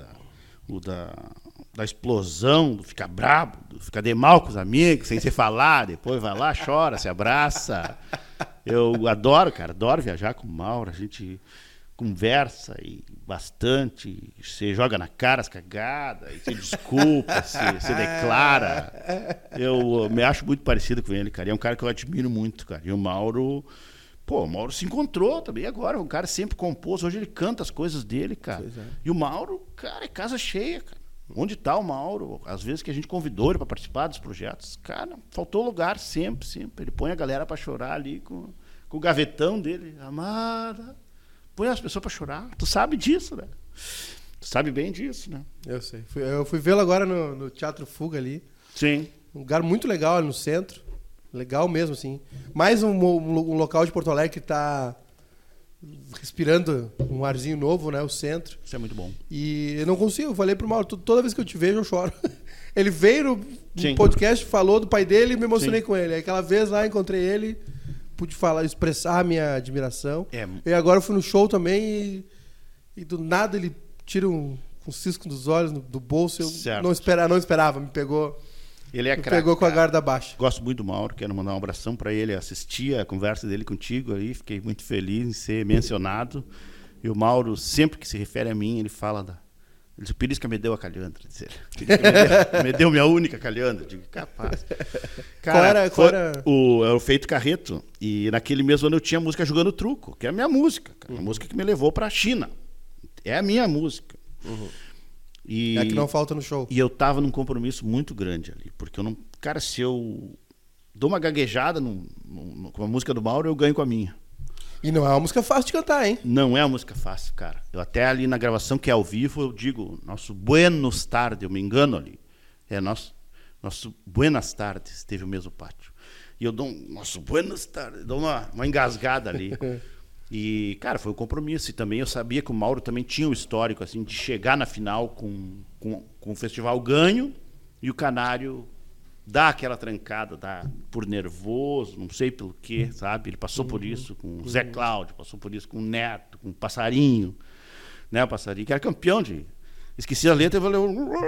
da explosão, do ficar brabo, do ficar de mal com os amigos, sem se falar, depois vai lá, chora, se abraça. Eu adoro, cara, adoro viajar com o Mauro, a gente conversa bastante, você joga na cara as cagadas, se desculpa, se declara. Eu me acho muito parecido com ele, cara. É um cara que eu admiro muito, cara. E o Mauro se encontrou também agora. Um cara sempre compôs. Hoje ele canta as coisas dele, cara. E o Mauro, cara, é casa cheia, cara. Onde tá o Mauro? Às vezes que a gente convidou ele para participar dos projetos, cara, faltou lugar sempre. Ele põe a galera para chorar ali com o gavetão dele. Amada. Põe as pessoas para chorar. Tu sabe disso, né? Tu sabe bem disso, né? Eu sei. Eu fui vê-lo agora no Teatro Fuga ali. Sim. Um lugar muito legal ali no centro. Legal mesmo, assim. Mais um local de Porto Alegre que tá respirando um arzinho novo, né? O centro. Isso é muito bom. E eu não consigo. Eu falei pro Mauro, toda vez que eu te vejo, eu choro. Ele veio no podcast, falou do pai dele e me emocionei com ele. Aí, aquela vez lá, encontrei ele, pude expressar a minha admiração. E agora eu fui no show também e do nada ele tira um cisco dos olhos, do bolso. Eu não esperava, me pegou. Ele é craque. Pegou com a guarda baixa. Gosto muito do Mauro, quero mandar um abração para ele. Assisti a conversa dele contigo aí, fiquei muito feliz em ser mencionado. E o Mauro, sempre que se refere a mim, ele fala ele diz, o Pirisca me deu a calhandra. Me deu minha única calhandra. Eu digo, capaz. Cara, era o Feito Carreto. E naquele mesmo ano eu tinha a música Jogando Truco, que é a minha música. Cara, a música que me levou para a China. É a minha música. É a que não falta no show. E eu tava num compromisso muito grande ali. Porque eu não. Cara, se eu dou uma gaguejada com a música do Mauro, eu ganho com a minha. E não é uma música fácil de cantar, hein? Não é uma música fácil, cara. Eu até ali na gravação, que é ao vivo, eu digo, nosso Buenos Tarde, eu me engano ali. Nosso buenas tardes teve o mesmo pátio. E eu dou nosso buenas tardes, dou uma engasgada ali. E, cara, foi um compromisso. E também eu sabia que o Mauro também tinha o histórico, assim, de chegar na final com o festival ganho e o Canário dar aquela trancada, por nervoso, não sei pelo quê, sabe? Ele passou por isso com o Zé Cláudio, passou por isso com o Neto, com o Passarinho, né? O Passarinho, que era campeão de... Esqueci a letra e falei...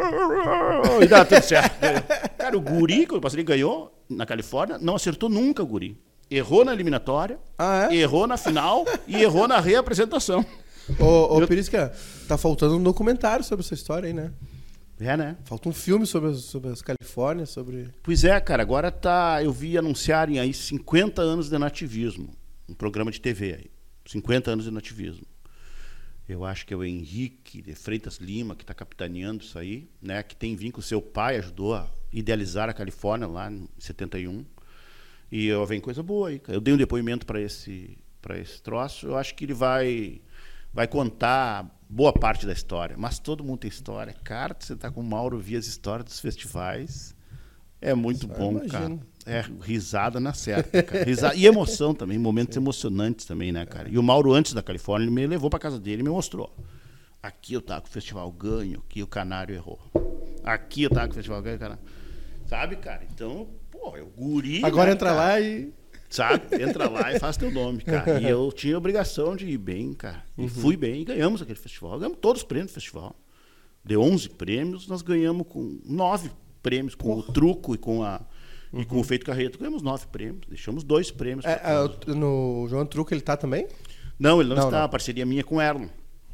E dá tudo certo. Cara, o Guri, quando o Passarinho ganhou na Califórnia, não acertou nunca o Guri. Errou na eliminatória, errou na final e errou na reapresentação. Ô, Pirisca, tá faltando um documentário sobre essa história aí, né? É, né? Falta um filme sobre as Califórnias, sobre... Pois é, cara, agora eu vi anunciarem aí 50 anos de nativismo, um programa de TV aí, 50 anos de nativismo. Eu acho que é o Henrique de Freitas Lima que está capitaneando isso aí, né? Que tem vínculo, seu pai ajudou a idealizar a Califórnia lá em 71. E vem coisa boa aí, cara. Eu dei um depoimento para esse troço, eu acho que ele vai contar boa parte da história, mas todo mundo tem história. Cara, você tá com o Mauro, via as histórias dos festivais, é muito bom, imagino. Cara. É risada na certa, cara. E emoção também, momentos emocionantes também, né, cara? E o Mauro, antes da Califórnia, ele me levou pra casa dele e me mostrou. Aqui eu tava com o festival ganho, aqui o Canário errou. Aqui eu tava com o festival ganho, cara. Sabe, cara? Então, pô, eu guri. Agora né, entra cara? Lá e... Sabe? Entra lá e faz teu nome, cara. E eu tinha a obrigação de ir bem, cara. E fui bem e ganhamos aquele festival. Ganhamos todos os prêmios do festival. De 11 prêmios, nós ganhamos com 9 prêmios, com o truco e com o Feito Carreto. Ganhamos 9 prêmios. Deixamos 2 prêmios. No João Truco ele tá também? Não, ele não está. Não. A parceria minha com o Erlon.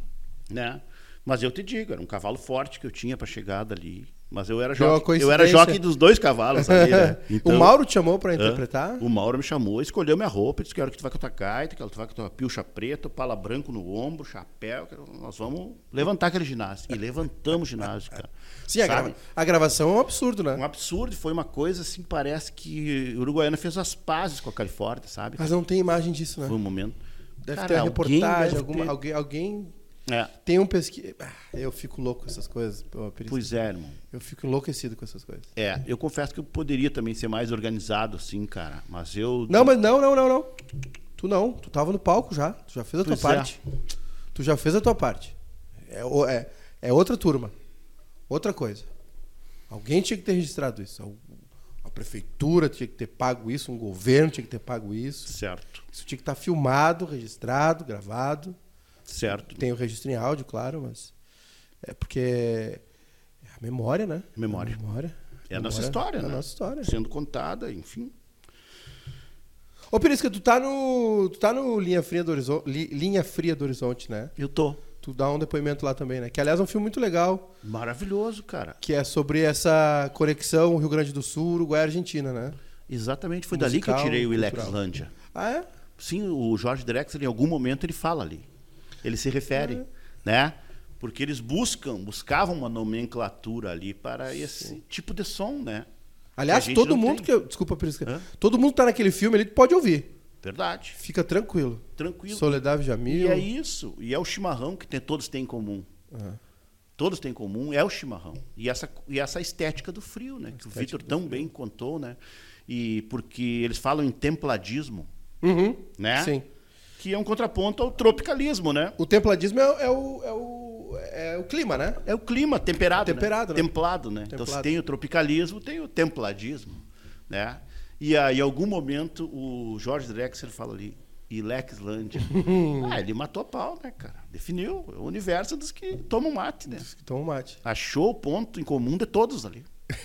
Né? Mas eu te digo, era um cavalo forte que eu tinha para chegar dali. Mas eu era jockey dos 2 cavalos ali, né? Então, o Mauro te chamou para interpretar? O Mauro me chamou, escolheu minha roupa, disse que quero que tu vá com a tua gaita, que tu vá com a tua pilcha preta, pala branco no ombro, chapéu, nós vamos levantar aquele ginásio. E levantamos o ginásio, cara. Sim, a gravação é um absurdo, né? Um absurdo, foi uma coisa assim, parece que o Uruguaiana fez as pazes com a Califórnia, sabe? Mas não tem imagem disso, né? Foi um momento. Deve ter uma reportagem, alguém... Tem um pesquisa. Eu fico louco com essas coisas. Pois é, irmão. Eu fico enlouquecido com essas coisas. Eu confesso que eu poderia também ser mais organizado assim, cara. Mas eu. Não, mas não. Tu não. Tu tava no palco já. Tu já fez a tua parte. Tu já fez a tua parte. É outra turma. Outra coisa. Alguém tinha que ter registrado isso. A prefeitura tinha que ter pago isso. Um governo tinha que ter pago isso. Certo. Isso tinha que estar filmado, registrado, gravado. Certo. Tem o registro em áudio, claro, mas é porque é a memória, né? Memória. É a nossa história, né? É a nossa história. Sendo contada, enfim. Ô, Pirisca, tu tá no Linha Fria do Horizonte, né? Eu tô. Tu dá um depoimento lá também, né? Que, aliás, é um filme muito legal. Maravilhoso, cara. Que é sobre essa conexão Rio Grande do Sul, Uruguai e Argentina, né? Exatamente. Foi dali que eu tirei o Ilexlândia. Ah, é? Sim, o Jorge Drexler, em algum momento, ele fala ali. Ele se refere, né? Porque eles buscavam uma nomenclatura ali para esse tipo de som, né? Aliás, todo mundo desculpa, Pirisca. Todo mundo que tá naquele filme, ele pode ouvir. Verdade. Fica tranquilo. Soledad Jamil. E é isso. E é o chimarrão que todos têm em comum. Todos têm em comum, é o chimarrão. E essa estética do frio, né? Que o Vitor tão bem contou, né? E porque eles falam em templadismo, né? Sim. Que é um contraponto ao tropicalismo, né? O templadismo é o clima, né? É o clima temperado, né? Templado, né? Então, se tem o tropicalismo, tem o templadismo, né? E aí, em algum momento, o Jorge Drexler fala ali, Ilexlândia. Ele matou a pau, né, cara? Definiu o universo dos que tomam mate, né? Dos que tomam mate. Achou o ponto em comum de todos ali.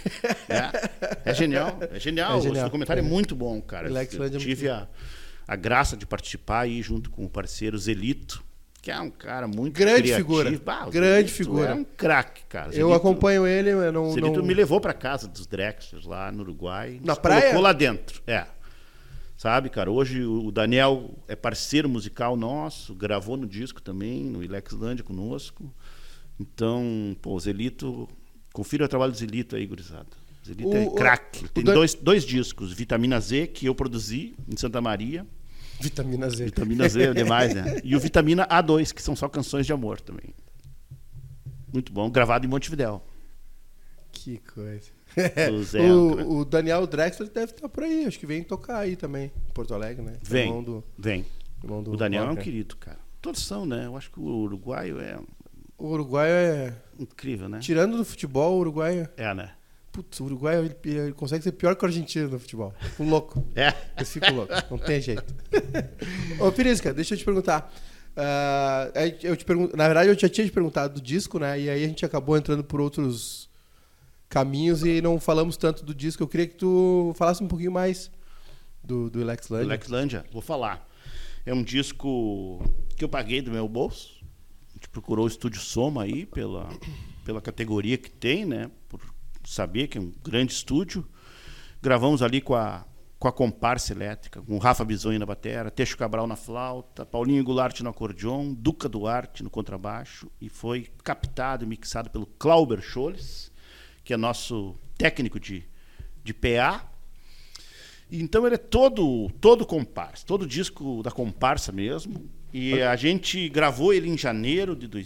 É genial. O documentário é muito bom, cara. Eu tive a graça de participar aí junto com o parceiro Zelito, que é um cara muito criativo. Grande figura. É um craque, cara. Eu acompanho ele. Zelito me levou para casa dos Drexlers lá no Uruguai. Na praia? Colocou lá dentro. Sabe, cara, hoje o Daniel é parceiro musical nosso, gravou no disco também, no Ilexlândia conosco. Então, o Zelito, confira o trabalho do Zelito aí, gurizada. Zelito é craque. Tem dois discos, Vitamina Z, que eu produzi em Santa Maria. Vitamina Z. Vitamina Z é demais, né? E o Vitamina A2, que são só canções de amor também. Muito bom, gravado em Montevidéu. Que coisa. O Zé é um craque. O Daniel Drexler deve estar por aí, acho que vem tocar aí também, em Porto Alegre, né? Vem. Irmão do O Daniel é um Walker. querido, cara. Todos são, né? Eu acho que o uruguaio é O Uruguai é... incrível, né? Tirando do futebol, o Uruguai... É, né? Putz, o Uruguai ele consegue ser pior que o argentino no futebol. Fico louco. É. Eu fico louco. Não tem jeito. Ô, Pirisca, deixa eu te perguntar. Eu te pergunto, na verdade, eu já tinha te perguntado do disco, né? E aí a gente acabou entrando por outros caminhos e não falamos tanto do disco. Eu queria que tu falasse um pouquinho mais do Lexlândia. Do Lexlândia, vou falar. É um disco que eu paguei do meu bolso. A gente procurou o Estúdio Soma aí pela categoria que tem, né? Por saber que é um grande estúdio. Gravamos ali com a comparsa elétrica, com o Rafa Bisonho na batera, Teixo Cabral na flauta, Paulinho Goulart no acordeon, Duca Duarte no contrabaixo, e foi captado e mixado pelo Clauber Scholes, que é nosso técnico de PA. Então ele é todo comparsa, todo disco da comparsa mesmo. E a gente gravou ele em janeiro de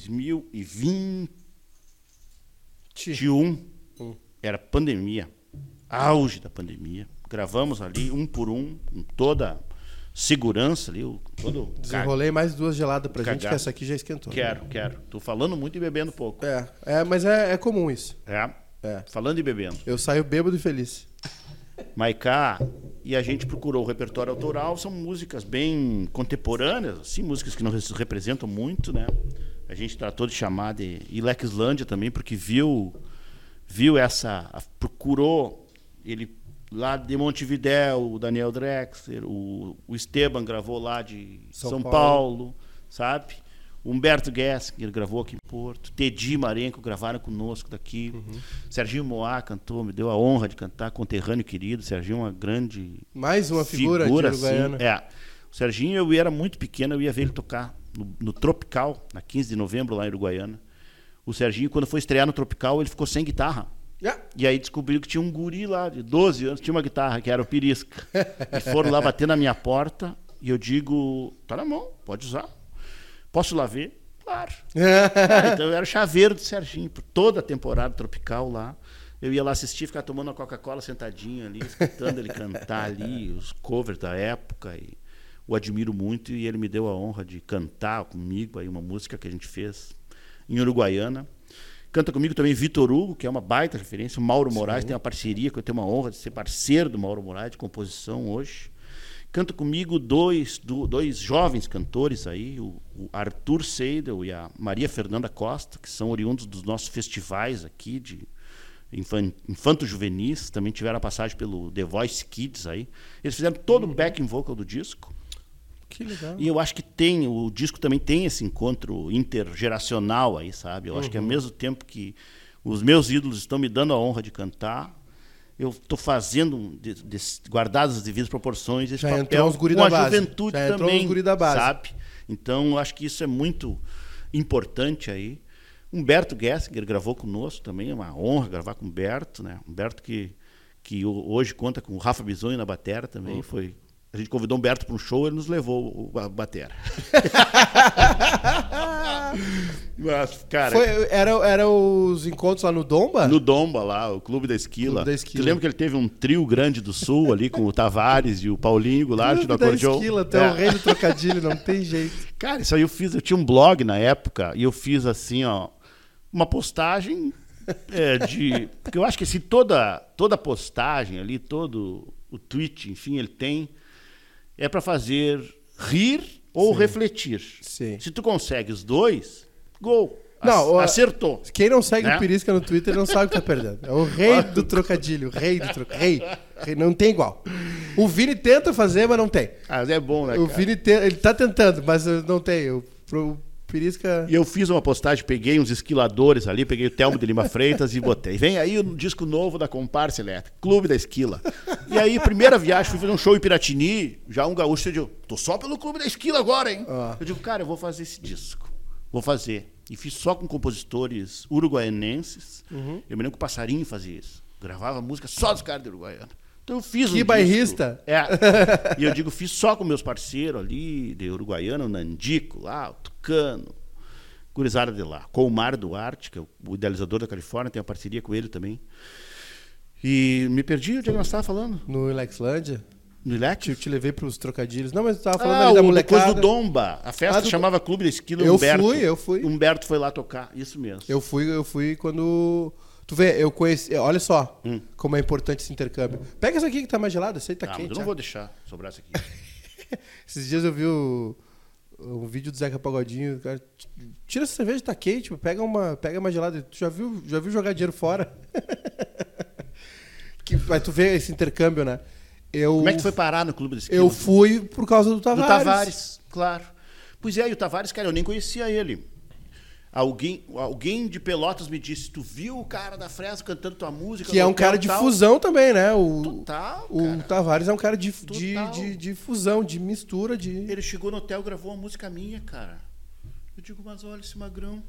2021. Era pandemia, auge da pandemia. Gravamos ali um por um, com toda segurança ali. Desenrolei mais 2 geladas pra gente, Cagado. que essa aqui já esquentou. Quero. Tô falando muito e bebendo pouco. Mas é comum isso. É. Falando e bebendo. Eu saio bêbado e feliz. Maicá, e a gente procurou o repertório autoral, são músicas bem contemporâneas, assim, músicas que não representam muito, né? A gente tratou de chamar de Lexlândia também, porque viu procurou ele lá de Montevidéu, o Daniel Drexler, o Esteban gravou lá de São Paulo, sabe? O Humberto Gessinger gravou aqui em Porto, Tedi e Marenco gravaram conosco daqui, Serginho Moá cantou, me deu a honra de cantar, conterrâneo querido. Serginho é uma grande mais uma figura de Uruguaiana. Assim. O Serginho, eu era muito pequeno, eu ia ver ele tocar no Tropical, na 15 de novembro, lá em Uruguaiana. O Serginho, quando foi estrear no Tropical, ele ficou sem guitarra. E aí descobriu que tinha um guri lá, de 12 anos, tinha uma guitarra, que era o Pirisca. E foram lá bater na minha porta, e eu digo, tá na mão, pode usar. Posso lá ver? Claro. Então eu era o chaveiro do Serginho, por toda a temporada Tropical lá. Eu ia lá assistir, ficar tomando uma Coca-Cola sentadinho ali, escutando ele cantar ali, os covers da época. E o admiro muito, e ele me deu a honra de cantar comigo aí uma música que a gente fez em Uruguaiana. Canta comigo também Vitor Hugo, que é uma baita referência. O Mauro Moraes tem uma parceria, que eu tenho uma honra de ser parceiro do Mauro Moraes, de composição hoje. Canta comigo dois jovens cantores aí, o Arthur Seidel e a Maria Fernanda Costa, que são oriundos dos nossos festivais aqui de infanto-juvenis, também tiveram a passagem pelo The Voice Kids aí. Eles fizeram todo o backing vocal do disco. Que legal. E eu acho que o disco também tem esse encontro intergeracional aí, sabe? Eu acho que ao mesmo tempo que os meus ídolos estão me dando a honra de cantar, eu estou fazendo, guardadas as devidas proporções, esse papel com a juventude também, sabe? Então, eu acho que isso é muito importante aí. Humberto Gessinger gravou conosco também, é uma honra gravar com o Humberto, né? Humberto que hoje conta com o Rafa Bisonho na batera também, a gente convidou o Humberto para um show, ele nos levou a batera. Mas, cara... Era os encontros lá no Domba? No Domba, lá, o Clube da Esquila. Tu lembra que ele teve um trio grande do Sul ali, com o Tavares e o Paulinho Goulart no acordeon? Clube da Esquila, tu é o rei do trocadilho, não tem jeito. Cara, isso aí eu tinha um blog na época, e eu fiz assim, ó, uma postagem porque eu acho que assim, toda postagem ali, todo o tweet, enfim, ele tem... é para fazer rir ou refletir. Sim. Se tu consegue os dois, gol. Acertou. Quem não segue o Pirisca no Twitter não sabe o que tá perdendo. É o rei do trocadilho. Rei. Não tem igual. O Vini tenta fazer, mas não tem. É bom, né, O Vini ele tá tentando, mas não tem. O Pirisca... E eu fiz uma postagem, peguei uns esquiladores ali, peguei o Telmo de Lima Freitas e botei. Vem aí o disco novo da Comparsa Elétrica, Clube da Esquila. E aí, primeira viagem, fui fazer um show em Piratini, já um gaúcho, eu digo, tô só pelo Clube da Esquila agora, hein? Eu digo, cara, eu vou fazer esse disco. Vou fazer. E fiz só com compositores uruguaianenses. Eu me lembro que o Passarinho fazia isso. Gravava música só dos caras de Uruguaiana. Então eu fiz Que bairrista! E eu digo, fiz só com meus parceiros ali, de Uruguaiana, o Nandico lá, o Tucano, gurizada de lá. Com o Mar Duarte, que é o idealizador da Califórnia, tem uma parceria com ele também. E me perdi, onde é que nós estávamos falando? No Lexlândia. No Ilex? Eu te levei pros trocadilhos. Não, mas tu tava falando ali da molecada. Depois do Domba. A festa chamava Clube da Esquina Humberto. Eu fui. Humberto foi lá tocar, isso mesmo. Eu fui quando... Tu vê, eu conheci... Olha só como é importante esse intercâmbio. Pega essa aqui que tá mais gelada, essa aí tá quente. Mas eu não vou deixar sobrar essa aqui. Esses dias eu vi o vídeo do Zeca Pagodinho. O cara, tira essa cerveja, tá quente, pega uma gelada. Tu já viu jogar dinheiro fora? Mas tu vê esse intercâmbio, né? Como é que tu foi parar no Clube da Esquina? Eu fui por causa do Tavares. Do Tavares, claro. Pois é, e o Tavares, cara, eu nem conhecia ele. Alguém de Pelotas me disse, tu viu o cara da Fresno cantando tua música? Que é um cara de fusão também, né? Total, o Tavares é um cara de fusão, de mistura. Ele chegou no hotel e gravou uma música minha, cara. Eu digo, mas olha esse magrão.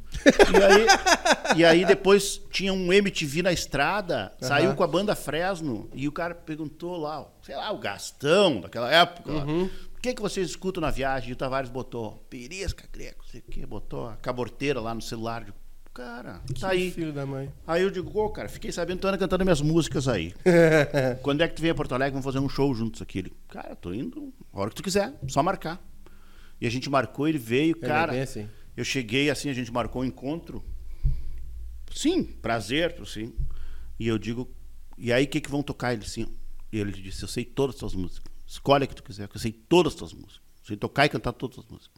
E aí depois tinha um MTV na estrada, saiu com a banda Fresno, e o cara perguntou lá, sei lá, o Gastão daquela época, o que vocês escutam na viagem? E o Tavares botou Pirisca, Greco, sei o que, botou a caborteira lá no celular. Digo, cara, tá aí. Filho da mãe. Aí eu digo, cara, fiquei sabendo que tu anda cantando minhas músicas aí. Quando é que tu vem a Porto Alegre, vamos fazer um show juntos aqui? Ele, cara, tô indo a hora que tu quiser, só marcar. E a gente marcou, ele veio, cara. Bem assim. Eu cheguei assim, a gente marcou um encontro. Sim, prazer, assim. E eu digo, e aí o que vão tocar? Ele assim, e ele disse, eu sei todas as tuas músicas. Escolhe a que tu quiser, que eu sei todas as tuas músicas. Eu sei tocar e cantar todas as músicas.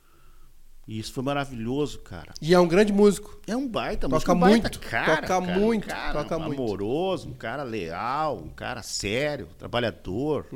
E isso foi maravilhoso, cara. E é um grande músico. É um baita, toca músico, muito, cara, toca muito, cara, toca muito. Amoroso, um cara leal, um cara sério, trabalhador,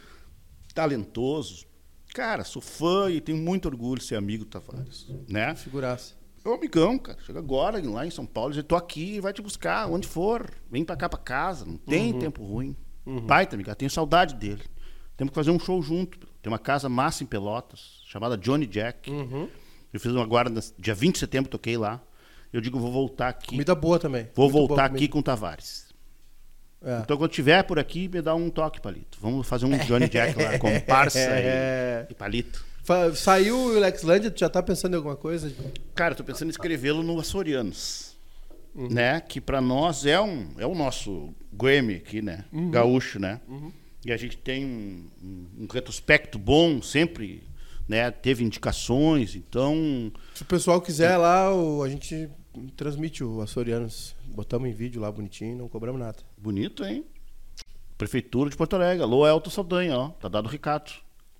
talentoso. Cara, sou fã e tenho muito orgulho de ser amigo do Tavares, né? Figuraça. É um amigão, cara. Chega agora lá em São Paulo, eu tô aqui e vai te buscar, onde for. Vem pra cá, pra casa. Não tem tempo ruim. Baita, amiga. Tenho saudade dele. Temos que fazer um show junto. Tem uma casa massa em Pelotas, chamada Johnny Jack. Eu fiz uma agora, dia 20 de setembro, toquei lá. Eu digo, vou voltar aqui. Comida boa também. Vou voltar aqui com o Tavares. É. Então, quando tiver por aqui, me dá um toque, Palito. Vamos fazer um Johnny Jack lá, com parça e Palito. Saiu o Lexlândia, tu já tá pensando em alguma coisa? Cara, tô pensando em escrevê-lo no Açorianos. Né? Que pra nós é o nosso Grammy aqui, né? Gaúcho, né? E a gente tem um retrospecto bom, sempre, né? Teve indicações, então... Se o pessoal quiser lá, a gente transmite o Açorianos. Botamos em vídeo lá bonitinho, não cobramos nada. Bonito, hein? Prefeitura de Porto Alegre. Alô, Elton Saldanha, ó. Tá dado o recado.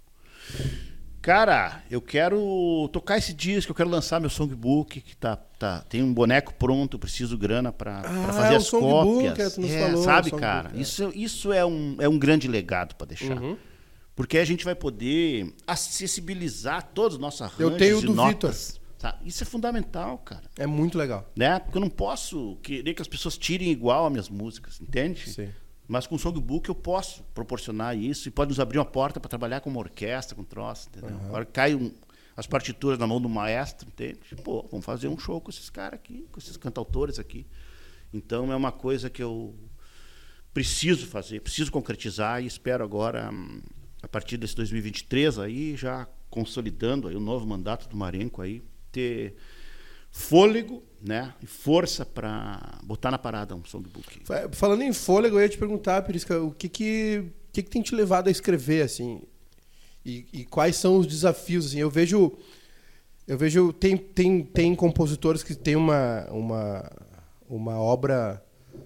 Cara, eu quero tocar esse disco, eu quero lançar meu songbook, que tem um boneco pronto, eu preciso grana pra fazer as cópias. Que tu nos falou, sabe, cara? Isso é um grande legado pra deixar. Porque a gente vai poder acessibilizar todos os nossos arranjos. Eu tenho do notas. Vitor. Isso é fundamental, cara. É muito legal. Né? Porque eu não posso querer que as pessoas tirem igual as minhas músicas, entende? Sim. Mas com o songbook eu posso proporcionar isso e pode nos abrir uma porta para trabalhar com uma orquestra, com troço, entendeu? Agora caem as partituras na mão do maestro, entende? Pô, vamos fazer um show com esses caras aqui, com esses cantautores aqui. Então é uma coisa que eu preciso fazer, preciso concretizar e espero agora, a partir desse 2023 aí, já consolidando aí o novo mandato do Marenco aí, ter fôlego, né, e força para botar na parada um songbook. Falando em fôlego, eu ia te perguntar, Pirisca, o que tem te levado a escrever, assim? E quais são os desafios, assim? Eu vejo tem compositores que têm uma obra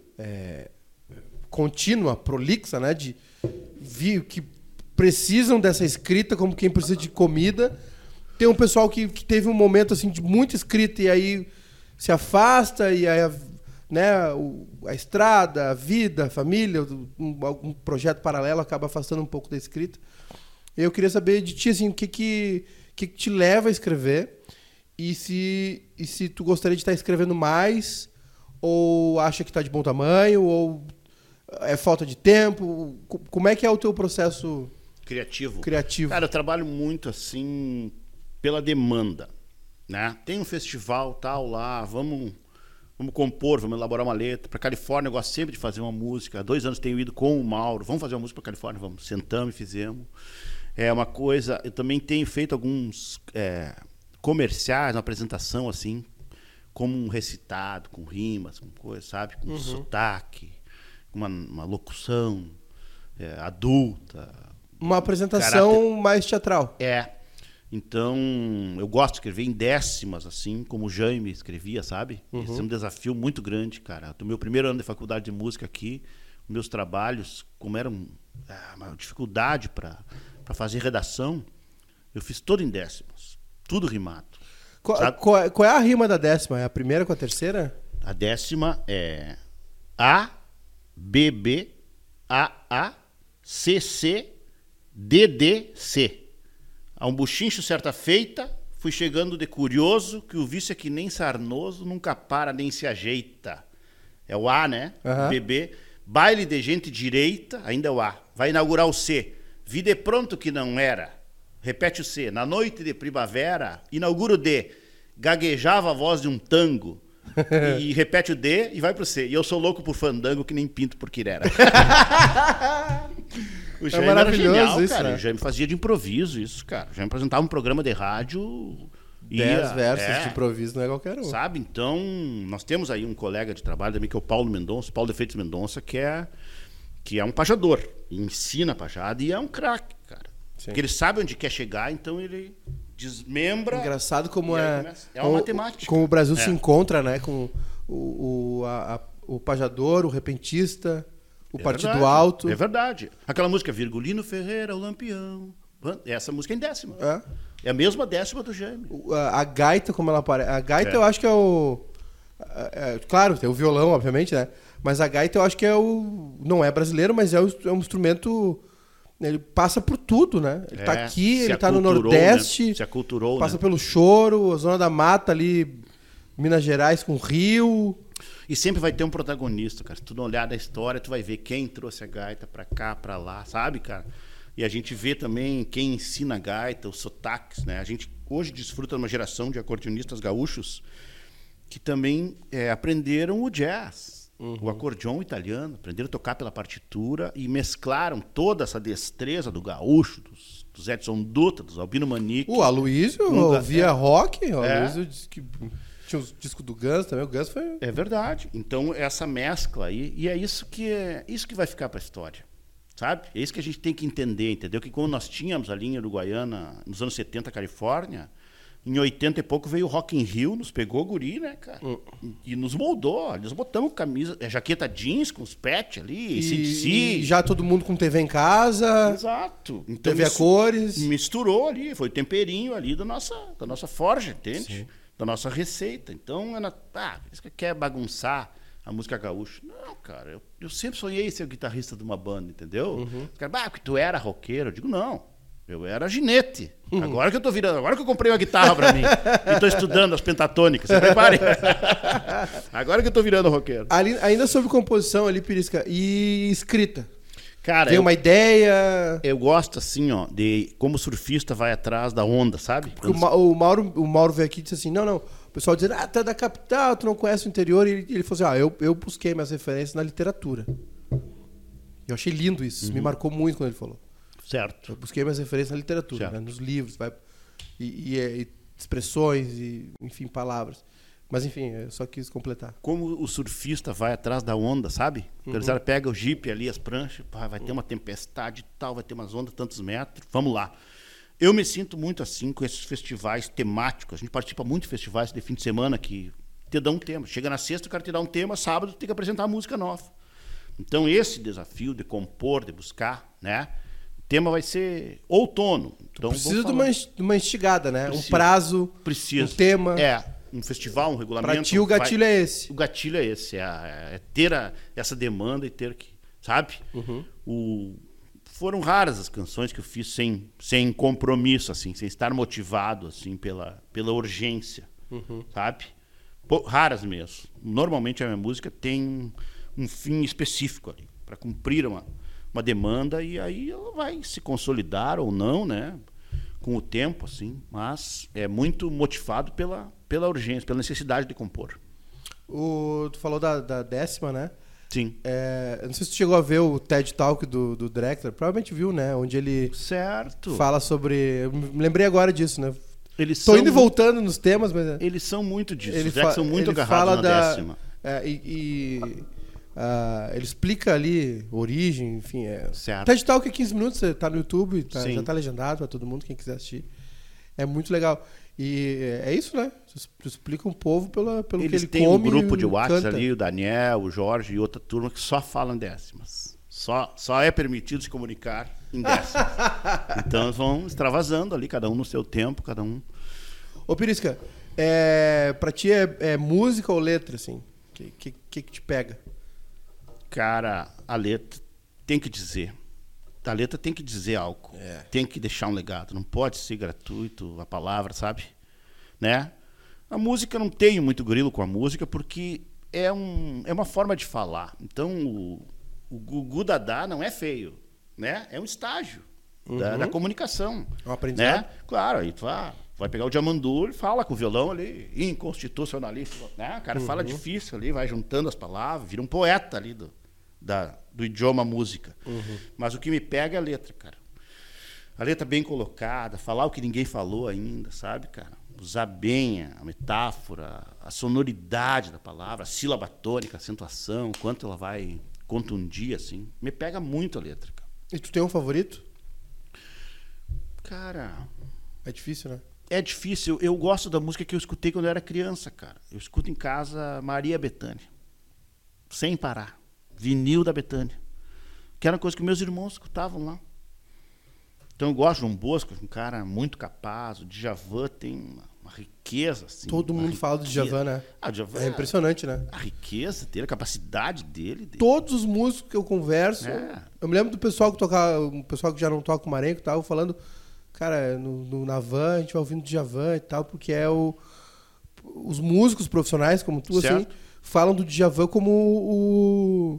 contínua, prolixa, né, que precisam dessa escrita como quem precisa de comida. Tem um pessoal que teve um momento assim de muita escrita e aí se afasta e aí a estrada, a vida, a família, um projeto paralelo acaba afastando um pouco da escrita. Eu queria saber de ti assim, o que te leva a escrever e se tu gostaria de estar escrevendo mais ou acha que está de bom tamanho ou é falta de tempo. Como é que é o teu processo criativo? Cara, eu trabalho muito assim pela demanda, né? Tem um festival tal lá, vamos compor, vamos elaborar uma letra. Para Califórnia eu gosto sempre de fazer uma música. Há 2 anos tenho ido com o Mauro, vamos fazer uma música para Califórnia, vamos. Sentamos e fizemos. É uma coisa. Eu também tenho feito alguns comerciais, uma apresentação assim, como um recitado, com rimas, com coisa, sabe, com sotaque. uma locução adulta. Uma apresentação mais teatral. Então, eu gosto de escrever em décimas, assim, como o Jaime escrevia, sabe? Esse é um desafio muito grande, cara. Do meu primeiro ano de faculdade de música aqui, meus trabalhos, como era uma dificuldade para fazer redação, eu fiz todo em décimas. Tudo rimado. Qual é a rima da décima? É a primeira com a terceira? A décima é A, B, B, A, A, C, C, D, D, C. A um buchincho certa feita, fui chegando de curioso, que o vício é que nem sarnoso, nunca para nem se ajeita. É o A, né? BB. Baile de gente direita, ainda é o A. Vai inaugurar o C. Vi de pronto que não era. Repete o C. Na noite de primavera, inaugura o D. Gaguejava a voz de um tango. E repete o D e vai pro C. E eu sou louco por fandango que nem pinto por quirera. O Jaime era genial, isso, cara. Né? O Jaime fazia de improviso isso, cara. O Jaime apresentava um programa de rádio... 10 versos de improviso não é qualquer um. Sabe? Então, nós temos aí um colega de trabalho também, que é o Paulo Mendonça, Paulo de Freitas Mendonça, que é um pajador. Ensina pajada e é um craque, cara. Sim. Porque ele sabe onde quer chegar, então ele desmembra... Engraçado como é uma matemática. Como o Brasil se encontra, né? Com o pajador, o repentista... O Partido verdade, Alto. É verdade. Aquela música Virgulino Ferreira, o Lampião. Essa música é em décima. É a mesma décima do Jaime. A gaita, como ela aparece. A gaita eu acho que é o... claro, tem o violão, obviamente, né? Mas a gaita eu acho que é o... Não é brasileiro, mas é um instrumento... Ele passa por tudo, né? Ele tá aqui, ele tá no Nordeste. Né? Se aculturou, passa pelo Choro, a Zona da Mata ali, Minas Gerais com Rio... E sempre vai ter um protagonista, cara. Se tu não olhar da história, tu vai ver quem trouxe a gaita pra cá, pra lá, sabe, cara? E a gente vê também quem ensina a gaita, os sotaques, né? A gente hoje desfruta de uma geração de acordeonistas gaúchos que também aprenderam o jazz, o acordeon italiano, aprenderam a tocar pela partitura e mesclaram toda essa destreza do gaúcho, dos Edson Dutra, dos Albino Manique. O Aloysio ouvia rock, o Aloysio disse que... Tinha os discos do Guns também, o Guns foi... É verdade. Então, essa mescla aí, e é isso que vai ficar para a história, sabe? É isso que a gente tem que entender, entendeu? Que quando nós tínhamos a linha uruguaiana nos anos 70, Califórnia, em 80 e pouco veio o Rock in Rio, nos pegou guri, né, cara? E nos moldou. Nós botamos camisa, jaqueta jeans com os pet ali, e já todo mundo com TV em casa. Exato. Então, TV a cores. Misturou ali, foi o temperinho ali da nossa forja, entende? Sim. Da nossa receita. Então, isso que quer bagunçar a música gaúcha. Não, cara, eu sempre sonhei ser o guitarrista de uma banda, entendeu? Os caras, porque tu era roqueiro. Eu digo, não, eu era ginete. Agora que eu tô virando, agora que eu comprei uma guitarra pra mim e tô estudando as pentatônicas, você prepare. Agora que eu tô virando roqueiro. Ainda sobre composição ali, Pirisca, e escrita. Cara, tem uma ideia... Eu gosto, assim, ó, de como o surfista vai atrás da onda, sabe? Porque o Mauro veio aqui e disse assim, não, o pessoal dizendo, tu é da capital, tu não conhece o interior, e ele falou assim, eu busquei minhas referências na literatura. Eu achei lindo isso, me marcou muito quando ele falou. Certo. Eu busquei minhas referências na literatura, né, nos livros, e expressões, e, enfim, palavras. Mas, enfim, eu só quis completar. Como o surfista vai atrás da onda, sabe? O cara pega o jipe ali, as pranchas, vai ter uma tempestade e tal, vai ter umas ondas tantos metros, vamos lá. Eu me sinto muito assim com esses festivais temáticos. A gente participa muito de festivais de fim de semana que te dão um tema. Chega na sexta, o cara te dá um tema, sábado tem que apresentar uma música nova. Então, esse desafio de compor, de buscar, né? O tema vai ser outono. Então, precisa de uma instigada, né? Precisa. Um prazo, um tema... Um festival, um regulamento. Pra ti o gatilho é esse. O gatilho é esse, é ter essa demanda e ter que, sabe? Foram raras as canções que eu fiz sem compromisso, assim, sem estar motivado, assim, pela urgência, sabe? Raras mesmo. Normalmente a minha música tem um fim específico ali, para cumprir uma demanda, e aí ela vai se consolidar ou não, né? Com o tempo, assim, mas é muito motivado pela urgência, pela necessidade de compor. Tu falou da décima, né? Sim. Eu não sei se tu chegou a ver o TED Talk do Drexler, provavelmente viu, né? Onde ele fala sobre... Eu me lembrei agora disso, né? Tô indo e voltando nos temas, mas... Eles são muito disso, eles são muito agarrados na décima. Ele explica ali origem, enfim. Certo. TED Talk é 15 minutos, tá no YouTube, Sim. já tá legendado pra todo mundo, quem quiser assistir. É muito legal. E é isso, né? Tu explica um povo pelo que ele têm come um grupo de e WhatsApp canta. ali, o Daniel, o Jorge e outra turma que só falam décimas. Só é permitido se comunicar em décimas. Então eles vão extravasando ali, cada um no seu tempo, cada um. Ô, Pirisca, pra ti é música ou letra, assim? Que te pega? Cara, a letra tem que dizer. A letra tem que dizer algo. Tem que deixar um legado. Não pode ser gratuito a palavra, sabe? Né? A música, eu não tenho muito grilo com a música porque é uma forma de falar. Então, o Gugu Dadá não é feio, né? É um estágio da comunicação. É um aprendizado. Né? Claro, aí tu vai pegar o Diamandu e fala com o violão ali, inconstitucionalista. Né? O cara fala difícil ali, vai juntando as palavras, vira um poeta ali do idioma música. Mas o que me pega é a letra, cara. A letra bem colocada, falar o que ninguém falou ainda, sabe, cara? Usar bem a metáfora, a sonoridade da palavra, a sílaba tônica, a acentuação, quanto ela vai contundir, assim. Me pega muito a letra, cara. E tu tem um favorito? Cara, É difícil, né? é difícil. Eu gosto da música que eu escutei quando eu era criança, cara. Eu escuto em casa Maria Bethânia. Sem parar. Vinil da Bethânia. Que era uma coisa que meus irmãos escutavam lá. Então eu gosto de um Bosco, um cara muito capaz. O Djavan tem uma riqueza, assim. Todo mundo fala do Djavan, né? Ah, o Djavan É impressionante, né? a riqueza dele, a capacidade dele. Todos os músicos que eu converso... Eu me lembro do pessoal que tocava... O pessoal que já não toca o marenco e tal, falando... Cara, na van, a gente vai ouvindo Djavan e tal, porque os músicos profissionais, como tu, assim, falam do Djavan como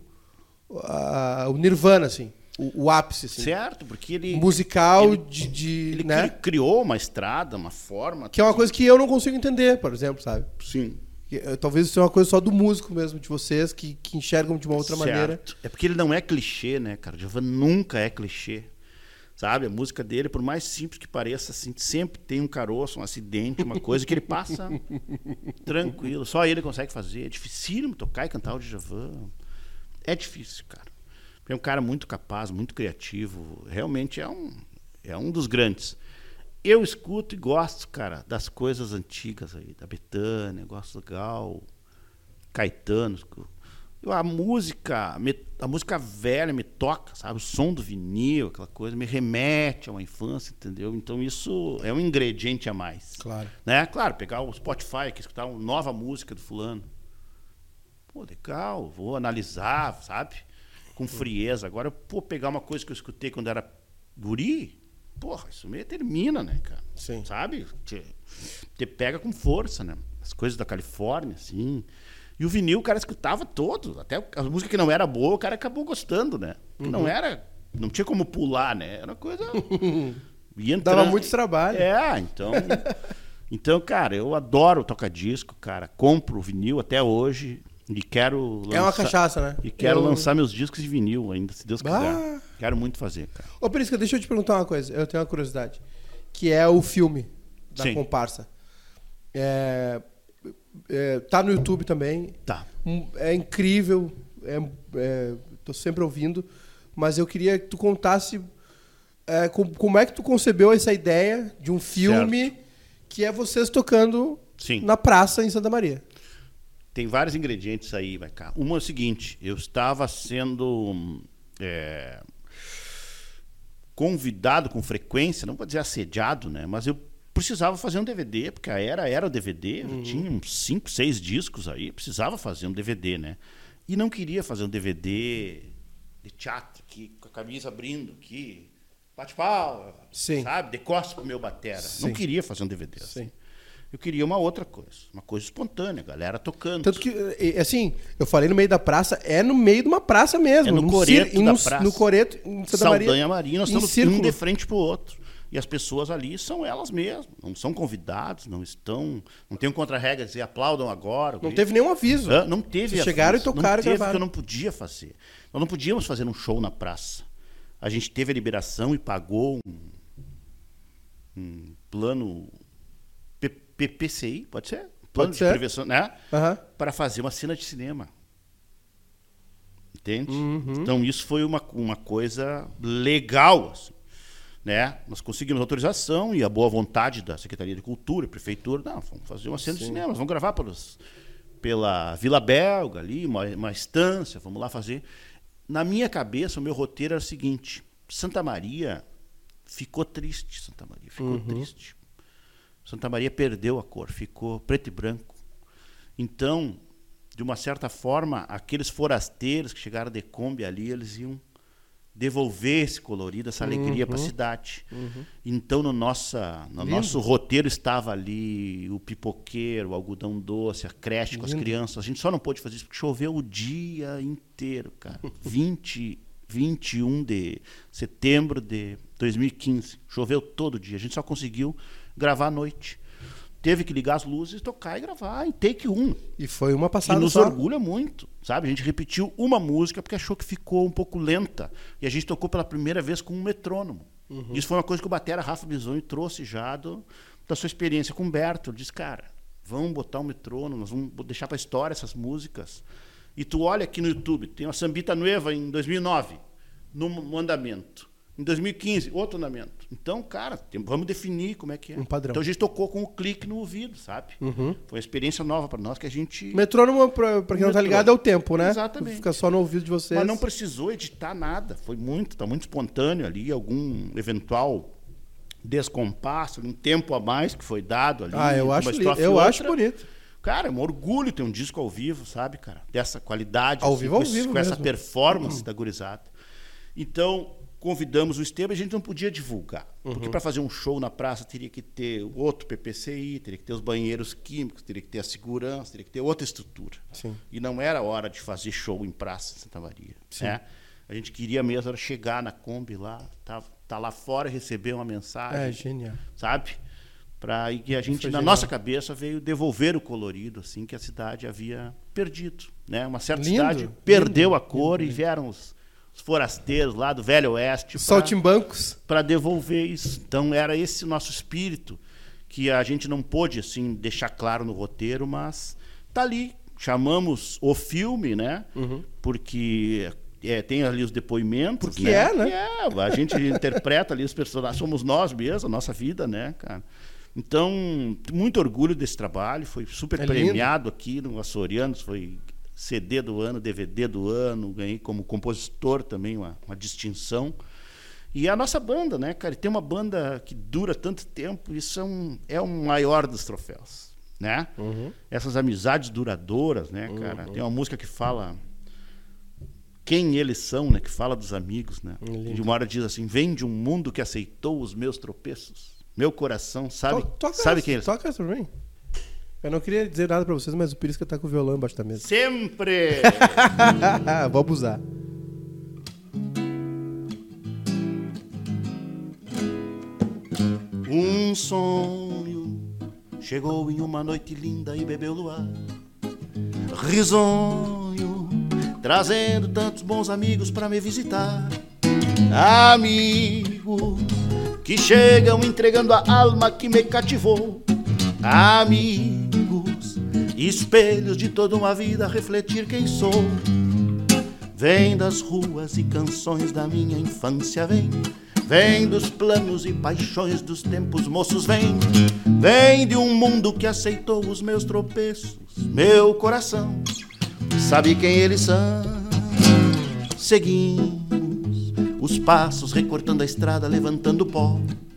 o Nirvana, assim. O ápice, assim. Certo, porque ele... Musical ele né? criou uma estrada, uma forma... Que é uma coisa que eu não consigo entender, por exemplo, sabe? Sim. Talvez isso seja uma coisa só do músico mesmo, de vocês, que enxergam de uma outra maneira. É porque ele não é clichê, né, cara? O Djavan nunca é clichê. Sabe? A música dele, por mais simples que pareça, assim, sempre tem um caroço, um acidente, uma coisa que ele passa tranquilo. Só ele consegue fazer. É dificílimo tocar e cantar o Djavan. É difícil, cara. É um cara muito capaz, muito criativo. Realmente é um dos grandes. Eu escuto e gosto, cara, das coisas antigas aí, da Bethânia, gosto do Gal, Caetano. A música velha me toca, sabe? O som do vinil, aquela coisa, me remete a uma infância, entendeu? Então isso é um ingrediente a mais. Claro. Né? Claro, pegar o Spotify, que escutar uma nova música do fulano. Pô, legal, vou analisar, sabe? Com frieza. Agora, pegar uma coisa que eu escutei quando era guri, porra, isso me termina, né, cara? Sim. Sabe? Te pega com força, né? As coisas da Califórnia, assim. E o vinil, o cara escutava todo. Até a música que não era boa, o cara acabou gostando, né? Porque não tinha como pular, né? Era uma coisa... Dava muito trabalho. Então, cara, eu adoro toca-disco, cara. Compro vinil até hoje e quero lançar... É uma cachaça, né? E quero lançar meus discos de vinil ainda, se Deus quiser. Quero muito fazer, cara. Ô, Prisca, deixa eu te perguntar uma coisa. Eu tenho uma curiosidade. Que é o filme da comparsa. Tá no YouTube também. Tá. É incrível. Tô sempre ouvindo. Mas eu queria que tu contasse como é que tu concebeu essa ideia de um filme que é vocês tocando na praça em Santa Maria. Tem vários ingredientes aí, vai cá. Uma é o seguinte, eu estava sendo convidado com frequência, não vou dizer assediado, né? Mas eu precisava fazer um DVD, porque a era o DVD, eu tinha uns 5, 6 discos aí, precisava fazer um DVD, né? E não queria fazer um DVD de teatro, com a camisa abrindo aqui, bate-pau, sabe? De costas pro meu batera. Sim. Não queria fazer um DVD assim. Eu queria uma outra coisa, uma coisa espontânea, a galera tocando. Tanto que, assim, eu falei no meio da praça, no meio de uma praça mesmo. É no coreto da praça. No coreto, em Santa Maria. Saldanha Maria, nós estamos um de frente pro outro. E as pessoas ali são elas mesmas, não são convidados, não tem um contra-regra de dizer aplaudam agora. Não teve nenhum aviso. Não teve aviso. Chegaram e tocaram e gravaram. Que eu não podia fazer. Nós não podíamos fazer um show na praça. A gente teve a liberação e pagou um plano PPCI, pode ser? Plano de prevenção, né? Para fazer uma cena de cinema. entende? Então isso foi uma coisa legal, assim, né? Nós conseguimos autorização e a boa vontade da Secretaria de Cultura, Prefeitura, não, vamos fazer uma cena de cinema, vamos gravar pela Vila Belga ali, uma estância, vamos lá fazer. Na minha cabeça, o meu roteiro era o seguinte: Santa Maria ficou triste, triste. Santa Maria perdeu a cor, ficou preto e branco. Então, de uma certa forma, aqueles forasteiros que chegaram de Kombi ali, eles iam devolver esse colorido, essa alegria para a cidade. Então, no nosso roteiro estava ali o pipoqueiro, o algodão doce, a creche com as crianças. A gente só não pôde fazer isso porque choveu o dia inteiro, cara. 21 de setembro de 2015. Choveu todo dia. A gente só conseguiu gravar à noite. Teve que ligar as luzes, tocar e gravar em take 1. E foi uma passada E nos só. orgulha muito, sabe? A gente repetiu uma música porque achou que ficou um pouco lenta. E a gente tocou pela primeira vez com um metrônomo. Isso foi uma coisa que o batera Rafa Bisonho trouxe já da sua experiência com o Humberto. Ele disse, cara, vamos botar um metrônomo, nós vamos deixar para a história essas músicas. E tu olha aqui no YouTube, tem uma Sambita Nueva em 2009, no andamento. Em 2015, outro andamento. Então, cara, vamos definir como é que é. Um padrão. Então a gente tocou com o clique no ouvido, sabe? Foi uma experiência nova para nós que a gente... Metrônomo, pra quem não tá ligado, é o tempo, né? Exatamente. Fica só no ouvido de vocês. Mas não precisou editar nada. Tá muito espontâneo ali, algum eventual descompasso, um tempo a mais que foi dado ali. Ah, eu uma acho estrofe e eu outra. acho bonito. Cara, é um orgulho ter um disco ao vivo, sabe, cara? Dessa qualidade. Ao assim, vivo, com essa mesmo. performance da gurizada. Então, convidamos o Esteban, a gente não podia divulgar. Porque para fazer um show na praça teria que ter outro PPCI, teria que ter os banheiros químicos, teria que ter a segurança, teria que ter outra estrutura. Sim. E não era hora de fazer show em praça em Santa Maria. Né? A gente queria mesmo era chegar na Kombi lá, tá lá fora e receber uma mensagem. É, genial. Sabe? E que a gente, Foi na genial. nossa cabeça, veio devolver o colorido assim que a cidade havia perdido. Né? Uma certa Lindo, cidade perdeu lindo, a cor e vieram os forasteiros lá do Velho Oeste Saltimbancos. para devolver isso. Então era esse o nosso espírito que a gente não pôde assim deixar claro no roteiro, mas tá ali. Chamamos o filme, né? Porque tem ali os depoimentos. Porque né? A gente interpreta ali os personagens, somos nós mesmos, a nossa vida, né, cara? Então, muito orgulho desse trabalho, foi super premiado aqui no Açorianos, foi CD do ano, DVD do ano, ganhei como compositor também uma distinção. E a nossa banda, né, cara? E tem uma banda que dura tanto tempo, isso é um maior dos troféus, né? Essas amizades duradouras, né, cara? Tem uma música que fala quem eles são, né? Que fala dos amigos, né? E de uma hora diz assim, vem de um mundo que aceitou os meus tropeços. Meu coração sabe quem eles são. Toca essa pra mim. Eu não queria dizer nada pra vocês, mas o Pirisca tá com o violão embaixo da mesa. Sempre! Vou abusar. Um sonho chegou em uma noite linda e bebeu luar. Risonho, trazendo tantos bons amigos pra me visitar. Amigo, que chegam entregando a alma que me cativou. Amigos, espelhos de toda uma vida a refletir quem sou. Vem das ruas e canções da minha infância, vem dos planos e paixões dos tempos moços, vem de um mundo que aceitou os meus tropeços. Meu coração sabe quem eles são. Seguimos os passos, recortando a estrada, levantando pó.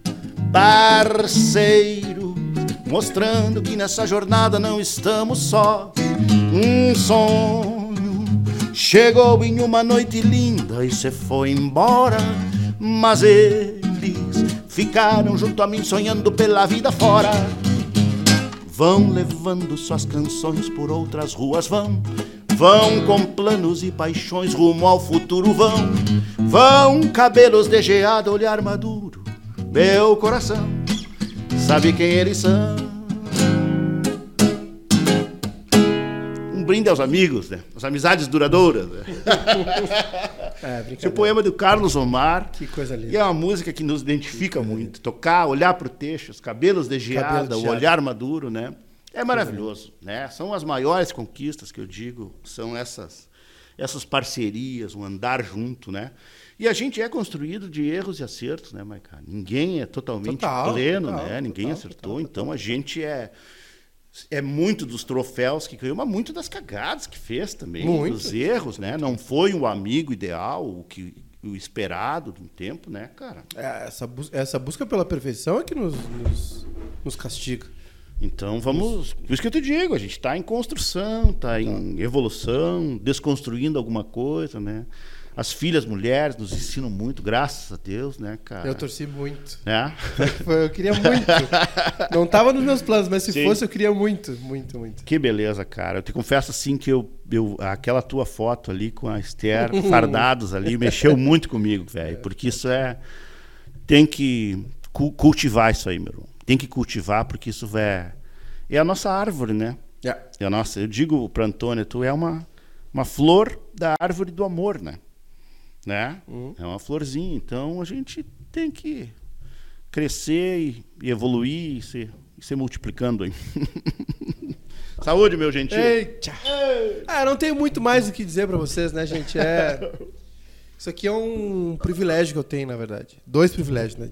Parceiro, mostrando que nessa jornada não estamos só. Um sonho chegou em uma noite linda e se foi embora, mas eles ficaram junto a mim sonhando pela vida fora. Vão levando suas canções por outras ruas, vão com planos e paixões rumo ao futuro, vão cabelos de geada, olhar maduro. Meu coração sabe quem eles são. Um brinde aos amigos, né? As amizades duradouras, né? Esse é o poema do Carlos Omar. Que coisa linda. E é uma música que nos identifica muito. Tocar, olhar para o texto, os cabelos de geada, o olhar maduro, né? É maravilhoso, né? São as maiores conquistas que eu digo, são essas parcerias, um andar junto, né? E a gente é construído de erros e acertos, né, Maiká? Ninguém é totalmente pleno, né? Ninguém acertou. Então a gente é muito dos troféus que ganhou, mas muito das cagadas que fez também, dos erros, né? Não foi um amigo ideal, o esperado de um tempo, né, cara? Essa busca pela perfeição é que nos castiga. Então vamos... Por isso que eu te digo, a gente está em construção, está em evolução, desconstruindo alguma coisa, né? As filhas mulheres nos ensinam muito, graças a Deus, né, cara? Eu torci muito. É? Eu queria muito. Não estava nos meus planos, mas se fosse, eu queria muito, muito, muito. Que beleza, cara. Eu te confesso, assim, que aquela tua foto ali com a Esther, fardados ali, mexeu muito comigo, velho. Porque isso tem que cultivar isso aí, meu irmão. Tem que cultivar, porque isso é a nossa árvore, né? É a nossa, eu digo para Antônia, tu é uma flor da árvore do amor, né? É uma florzinha, então a gente tem que crescer e evoluir e ser multiplicando aí. Saúde, meu gentil. Eita. Não tenho muito mais o que dizer pra vocês, né, gente? Isso aqui é um privilégio que eu tenho, na verdade. 2 privilégios, né?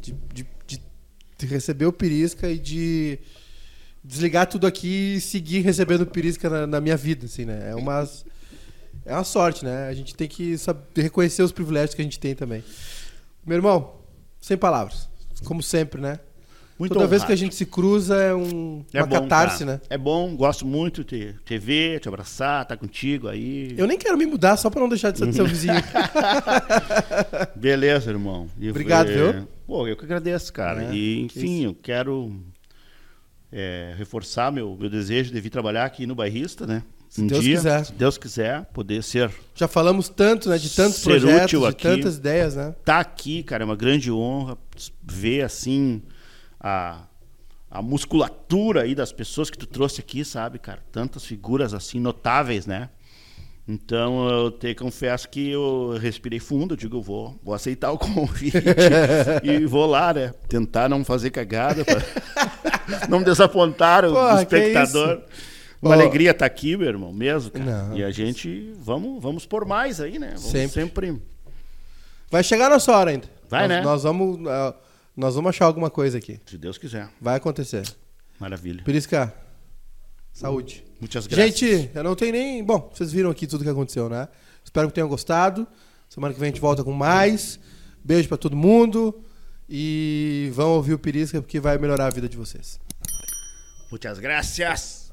De receber o Pirisca e de desligar tudo aqui e seguir recebendo o Pirisca na minha vida, assim, né? É uma sorte, né? A gente tem que saber reconhecer os privilégios que a gente tem também. Meu irmão, sem palavras. Como sempre, né? Muito Toda honrado. vez que a gente se cruza é uma bom, catarse, cara. né? É bom, gosto muito de te ver, te abraçar, estar contigo aí. Eu nem quero me mudar só pra não deixar de ser seu vizinho. Beleza, irmão. Obrigado, viu? Pô, eu que agradeço, cara. E, enfim, eu quero reforçar meu desejo de vir trabalhar aqui no Bairrista, né? Se Deus quiser, poder ser... Já falamos tanto, né? De tantos projetos, de aqui, tantas ideias, né? Tá aqui, cara, é uma grande honra ver, assim, a musculatura aí das pessoas que tu trouxe aqui, sabe, cara? Tantas figuras, assim, notáveis, né? Então, eu te confesso que eu respirei fundo, eu digo, eu vou aceitar o convite e vou lá, né? Tentar não fazer cagada, pra não desapontar o espectador. Uma alegria estar aqui, meu irmão, mesmo, cara. Não. E a gente, vamos por mais aí, né? Vamos sempre... Vai chegar a nossa hora ainda. Né? Nós vamos achar alguma coisa aqui. Se Deus quiser. Vai acontecer. Maravilha. Pirisca, saúde. Muitas graças. Gente, eu não tenho nem... Bom, vocês viram aqui tudo que aconteceu, né? Espero que tenham gostado. Semana que vem a gente volta com mais. Beijo pra todo mundo. E vão ouvir o Pirisca porque vai melhorar a vida de vocês. Muitas graças.